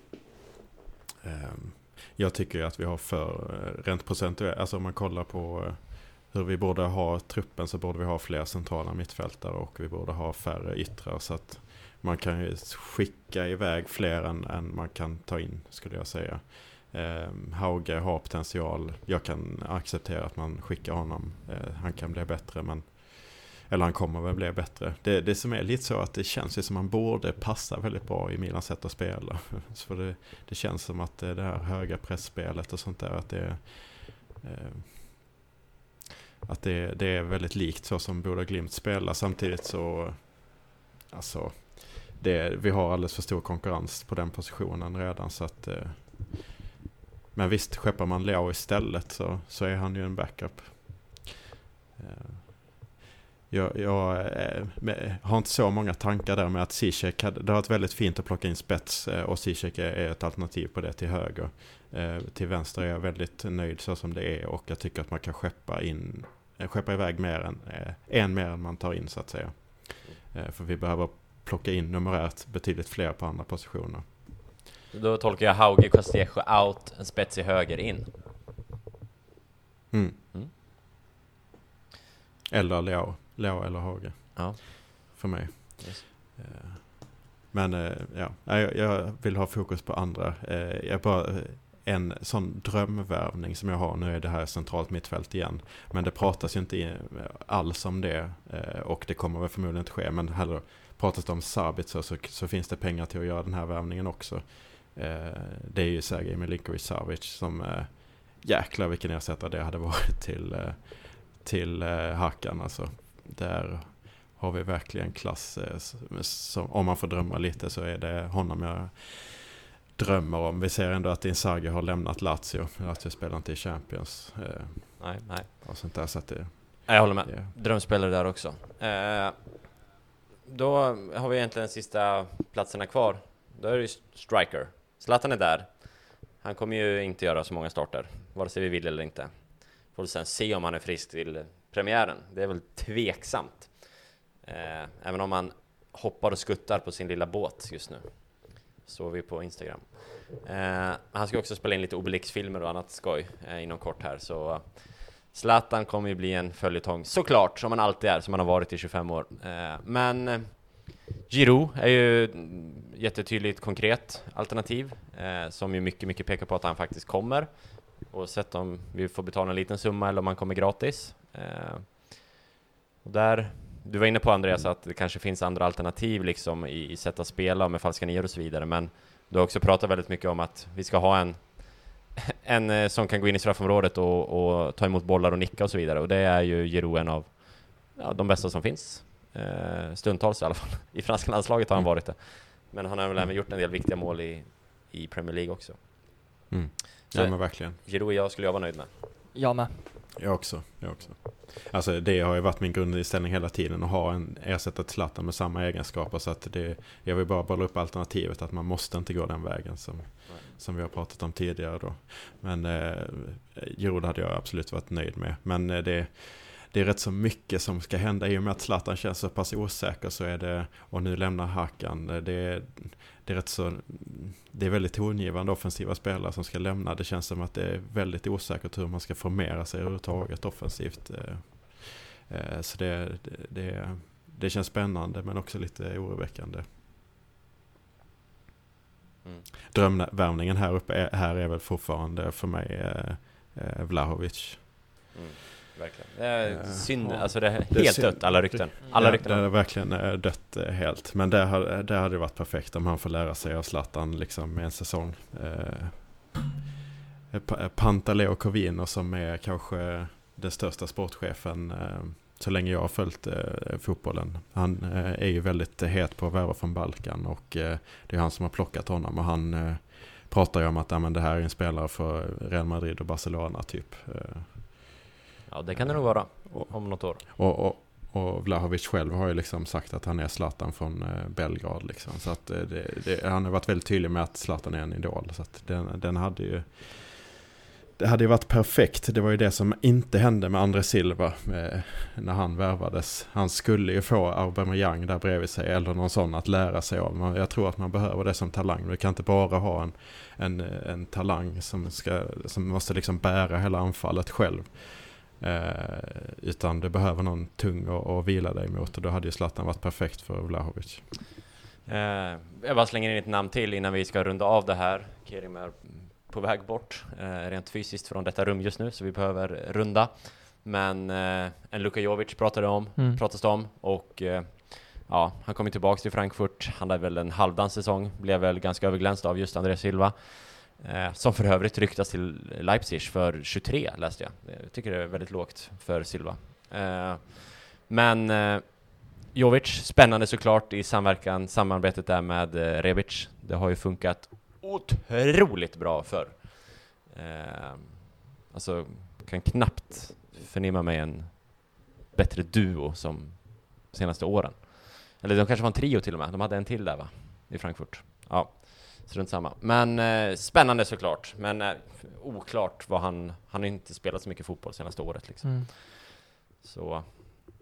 Speaker 2: Eh, jag tycker ju att vi har för eh, rent procentuellt. Alltså om man kollar på eh, hur vi borde ha truppen, så borde vi ha fler centrala mittfältare och vi borde ha färre yttrar. Så att man kan ju skicka iväg fler än, än man kan ta in, skulle jag säga. Eh, Hauge har potential. Jag kan acceptera att man skickar honom. Eh, han kan bli bättre, men eller han kommer väl bli bättre. Det, det som är lite så att det känns ju som man borde passa väldigt bra i Milans sätt att spela. Så det, det känns som att det här höga pressspelet och sånt där, att det eh, att det, det är väldigt likt så som Boda Glimt spelar. Samtidigt så alltså Det, vi har alldeles för stor konkurrens på den positionen redan, så att eh, men visst, skeppar man Leao istället så, så är han ju en backup. Eh, jag jag eh, med, har inte så många tankar där med att Ziyech hade, det har varit väldigt fint att plocka in spets eh, och Ziyech är, är ett alternativ på det till höger. Eh, till vänster är jag väldigt nöjd så som det är, och jag tycker att man kan skeppa in eh, skeppa iväg mer än, eh, en mer än man tar in, så att säga. Eh, för vi behöver plocka in numerärt betydligt fler på andra positioner.
Speaker 1: Då tolkar jag Hauge, Castillejo out, en spets i höger in.
Speaker 2: Mm.
Speaker 1: Mm.
Speaker 2: Eller Leao, Leao eller Hauge.
Speaker 1: Ja.
Speaker 2: För mig.
Speaker 1: Yes.
Speaker 2: Eh, Men eh, ja, jag, jag vill ha fokus på andra. Eh, jag bara, en sån drömvärvning som jag har, nu är det här centralt mittfält igen. Men det pratas ju inte i, alls om det eh, och det kommer väl förmodligen inte ske. Men heller pratas det om Sabitzer så, så finns det pengar till att göra den här värvningen också. Eh, det är ju Sergej Milinkovic-Savic som eh, jäklar vilken ersättare det hade varit till, eh, till eh, Hakan. Alltså, där har vi verkligen klass. Så om man får drömma lite så är det honom jag drömmer om. Vi ser ändå att Inzaghi har lämnat Lazio. Lazio spelar inte i Champions. Eh,
Speaker 1: Nej, nej.
Speaker 2: och sånt där, så att det,
Speaker 1: Jag håller med.
Speaker 2: det,
Speaker 1: Drömspelare där också. Eh, då har vi egentligen de sista platserna kvar. Då är det ju striker. Zlatan är där. Han kommer ju inte göra så många starter, vare sig vi vill eller inte. Får sen se om han är frisk till premiären. Det är väl tveksamt. Eh, även om han hoppar och skuttar på sin lilla båt just nu. Så vi på Instagram. Eh, han ska också spela in lite Obelix-filmer och annat skoj eh, inom kort här. Så uh, Zlatan kommer ju bli en följetong, såklart, som han alltid är, som han har varit i tjugofem år. Eh, men eh, Giroud är ju jättetydligt konkret alternativ, eh, som ju mycket, mycket pekar på att han faktiskt kommer. Oavsett om vi får betala en liten summa eller om han kommer gratis. Eh, och där... Du var inne på, Andreas, att det kanske finns andra alternativ liksom i, i sätt att spela med falska nior och så vidare, men du har också pratat väldigt mycket om att vi ska ha en, en som kan gå in i straffområdet och, och ta emot bollar och nicka och så vidare, och det är ju Giroud en av ja, de bästa som finns, eh, stundtals i alla fall. I franska landslaget har han varit det, men han har väl även gjort en del viktiga mål i, i Premier League också.
Speaker 2: Mm.
Speaker 1: Så,
Speaker 2: ja, men verkligen.
Speaker 1: Giroud jag skulle jag vara nöjd med.
Speaker 3: Jag med.
Speaker 2: Jag också, jag också. Alltså det har ju varit min grundinställning hela tiden, att ha en ersättare till Zlatan med samma egenskaper, så att det, jag vill bara bolla upp alternativet att man måste inte gå den vägen som, som vi har pratat om tidigare då. Men eh, Giroud hade jag absolut varit nöjd med, men eh, det, det är rätt så mycket som ska hända i och med att Zlatan känns så pass osäker, så är det, och nu lämnar Hakan, det, det är rätt så, det är väldigt tongivande offensiva spelare som ska lämna. Det känns som att det är väldigt osäkert hur man ska formera sig överhuvudtaget offensivt. Så det, det, det känns spännande men också lite oroväckande. Mm. Drömvärvningen här uppe är, här är väl fortfarande för mig eh, Vlahovic.
Speaker 1: Mm. Verkligen. Det är
Speaker 2: uh,
Speaker 1: synd,
Speaker 2: ja.
Speaker 1: alltså det är helt
Speaker 2: det är synd.
Speaker 1: dött, alla rykten. Alla
Speaker 2: ja,
Speaker 1: rykten.
Speaker 2: Det är verkligen dött helt. Men det hade, det hade varit perfekt om han får lära sig av Zlatan liksom med en säsong. Eh, Pantaleo Corvino som är kanske den största sportchefen eh, så länge jag har följt eh, fotbollen. Han eh, är ju väldigt het på att värva från Balkan, och eh, det är han som har plockat honom, och han eh, pratar ju om att ja, men det här är en spelare för Real Madrid och Barcelona typ. Eh,
Speaker 1: Ja, det kan det nog vara om något år.
Speaker 2: Och, och, och Vlahovic själv har ju liksom sagt att han är Zlatan från eh, Belgrad liksom. Så att det, det, han har varit väldigt tydlig med att Zlatan är en idol. Så att den, den hade ju det hade ju varit perfekt. Det var ju det som inte hände med André Silva eh, när han värvades. Han skulle ju få Aubameyang där bredvid sig eller någon sån att lära sig av. Jag tror att man behöver det som talang. Du kan inte bara ha en, en, en talang som, ska, som måste liksom bära hela anfallet själv. Eh, utan du behöver någon tung och, och vila dig mot, och då hade ju Zlatan varit perfekt för Vlahovic.
Speaker 1: Eh, jag bara slänger in ett namn till innan vi ska runda av det här. Kerim är på väg bort eh, rent fysiskt från detta rum just nu, så vi behöver runda. Men eh, en Luka Jovic pratade om, mm. pratas det om, och eh, ja, han kom tillbaka till Frankfurt. Han hade väl en halvdan säsong, blev väl ganska överglänst av just André Silva. Eh, som för övrigt ryktas till Leipzig för tjugotre, läste jag. Jag tycker det är väldigt lågt för Silva. Eh, men eh, Jovic, spännande såklart i samverkan, samarbetet där med eh, Rebic. Det har ju funkat otroligt bra för. Eh, alltså, kan knappt förnimma mig en bättre duo som senaste åren. Eller de kanske var en trio till och med. De hade en till där, va? I Frankfurt. Ja. Strunt samma. Men eh, spännande såklart. Men eh, oklart vad han... Han har inte spelat så mycket fotboll senaste året liksom. Mm. Så...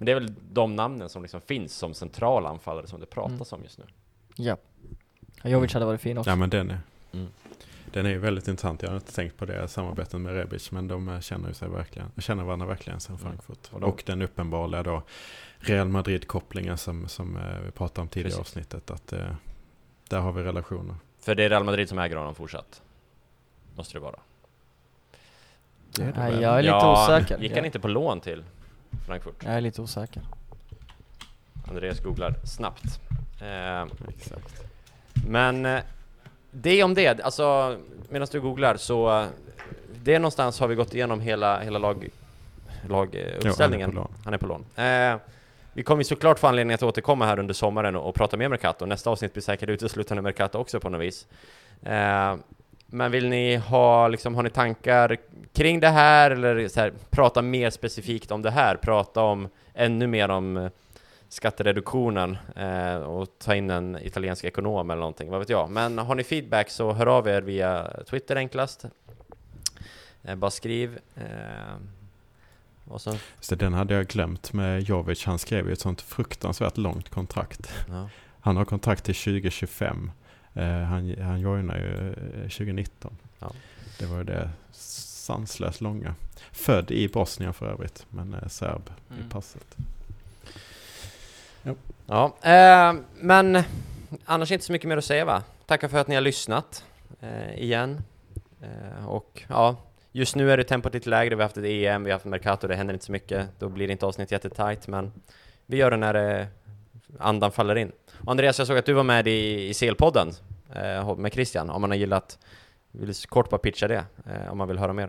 Speaker 1: Men det är väl de namnen som liksom finns som centrala anfallare som det pratas mm. om just nu.
Speaker 3: Ja. Jovic hade varit fin också.
Speaker 2: Ja, men den är,
Speaker 1: mm.
Speaker 2: den är ju väldigt intressant. Jag har inte tänkt på det samarbetet med Rebic, men de känner ju sig verkligen, känner varandra verkligen sen Frankfurt. Mm. Och, och den uppenbara då Real Madrid-kopplingen som, som vi pratade om tidigare i avsnittet, att eh, där har vi relationer.
Speaker 1: För det är Real Madrid som äger honom fortsatt. Måste det vara.
Speaker 3: Det det Nej, jag är lite
Speaker 1: ja,
Speaker 3: osäker.
Speaker 1: Gick han inte på lån till Frankfurt?
Speaker 3: Jag är lite osäker.
Speaker 1: Andreas googlar snabbt. Eh, Exakt. Men eh, det om det. Alltså, medan du googlar så eh, det någonstans har vi gått igenom hela, hela lag, laguppställningen.
Speaker 2: Jo,
Speaker 1: han är på lån. Han är på lån. Eh, vi kommer såklart få anledning att återkomma här under sommaren och, och prata mer Mercato. Nästa avsnitt blir säkert uteslutande Mercato också på något vis. Eh, men vill ni ha, liksom, har ni tankar kring det här eller så här, prata mer specifikt om det här? Prata om ännu mer om eh, skattereduktionen eh, och ta in en italiensk ekonom eller någonting, vad vet jag. Men har ni feedback så hör av er via Twitter enklast. Eh, bara skriv. Eh, och så.
Speaker 2: Så den hade jag glömt med Jovic. Han skrev ju ett sånt fruktansvärt långt kontrakt.
Speaker 1: Ja.
Speaker 2: Han har kontrakt till tjugo tjugofem. Eh, han, han joinar ju tjugo nitton.
Speaker 1: Ja. Det
Speaker 2: var ju det sanslöst långa. Född i Bosnien för övrigt, men eh, serb mm. i passet.
Speaker 1: Jo. Ja, eh, men annars inte så mycket mer att säga, va? Tackar för att ni har lyssnat eh, igen. Eh, och ja, just nu är det tempot lite lägre. Vi har haft ett E M, vi har haft Mercato, det händer inte så mycket. Då blir det inte avsnitt jättetajt, men vi gör det när det, andan faller in. Och Andreas, jag såg att du var med i, i C L-podden eh, med Christian. Om man har gillat, vill kort bara pitcha det, eh, om man vill höra mer.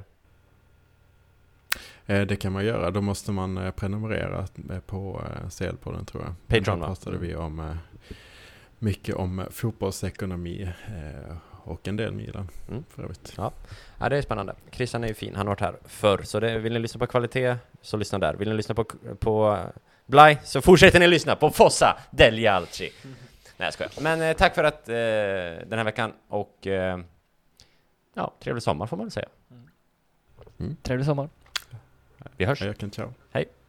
Speaker 2: Det kan man göra. Då måste man prenumerera på C L-podden, tror jag.
Speaker 1: Patreon,
Speaker 2: då pratade vi om mycket om fotbollsekonomi och en del Milan mm. för övrigt.
Speaker 1: Ja. Ja, det är spännande. Christian är ju fin. Han har varit här förr. Så det, vill ni lyssna på kvalitet så lyssna där. Vill ni lyssna på, på Blaj så fortsätter ni lyssna på Fossa Degli Alci. Mm. Nej, jag skojar. Men eh, tack för att eh, den här veckan och eh, ja, trevlig sommar får man väl säga.
Speaker 3: Mm. Trevlig sommar.
Speaker 1: Vi hörs.
Speaker 2: Jag kan ciao.
Speaker 1: Hej.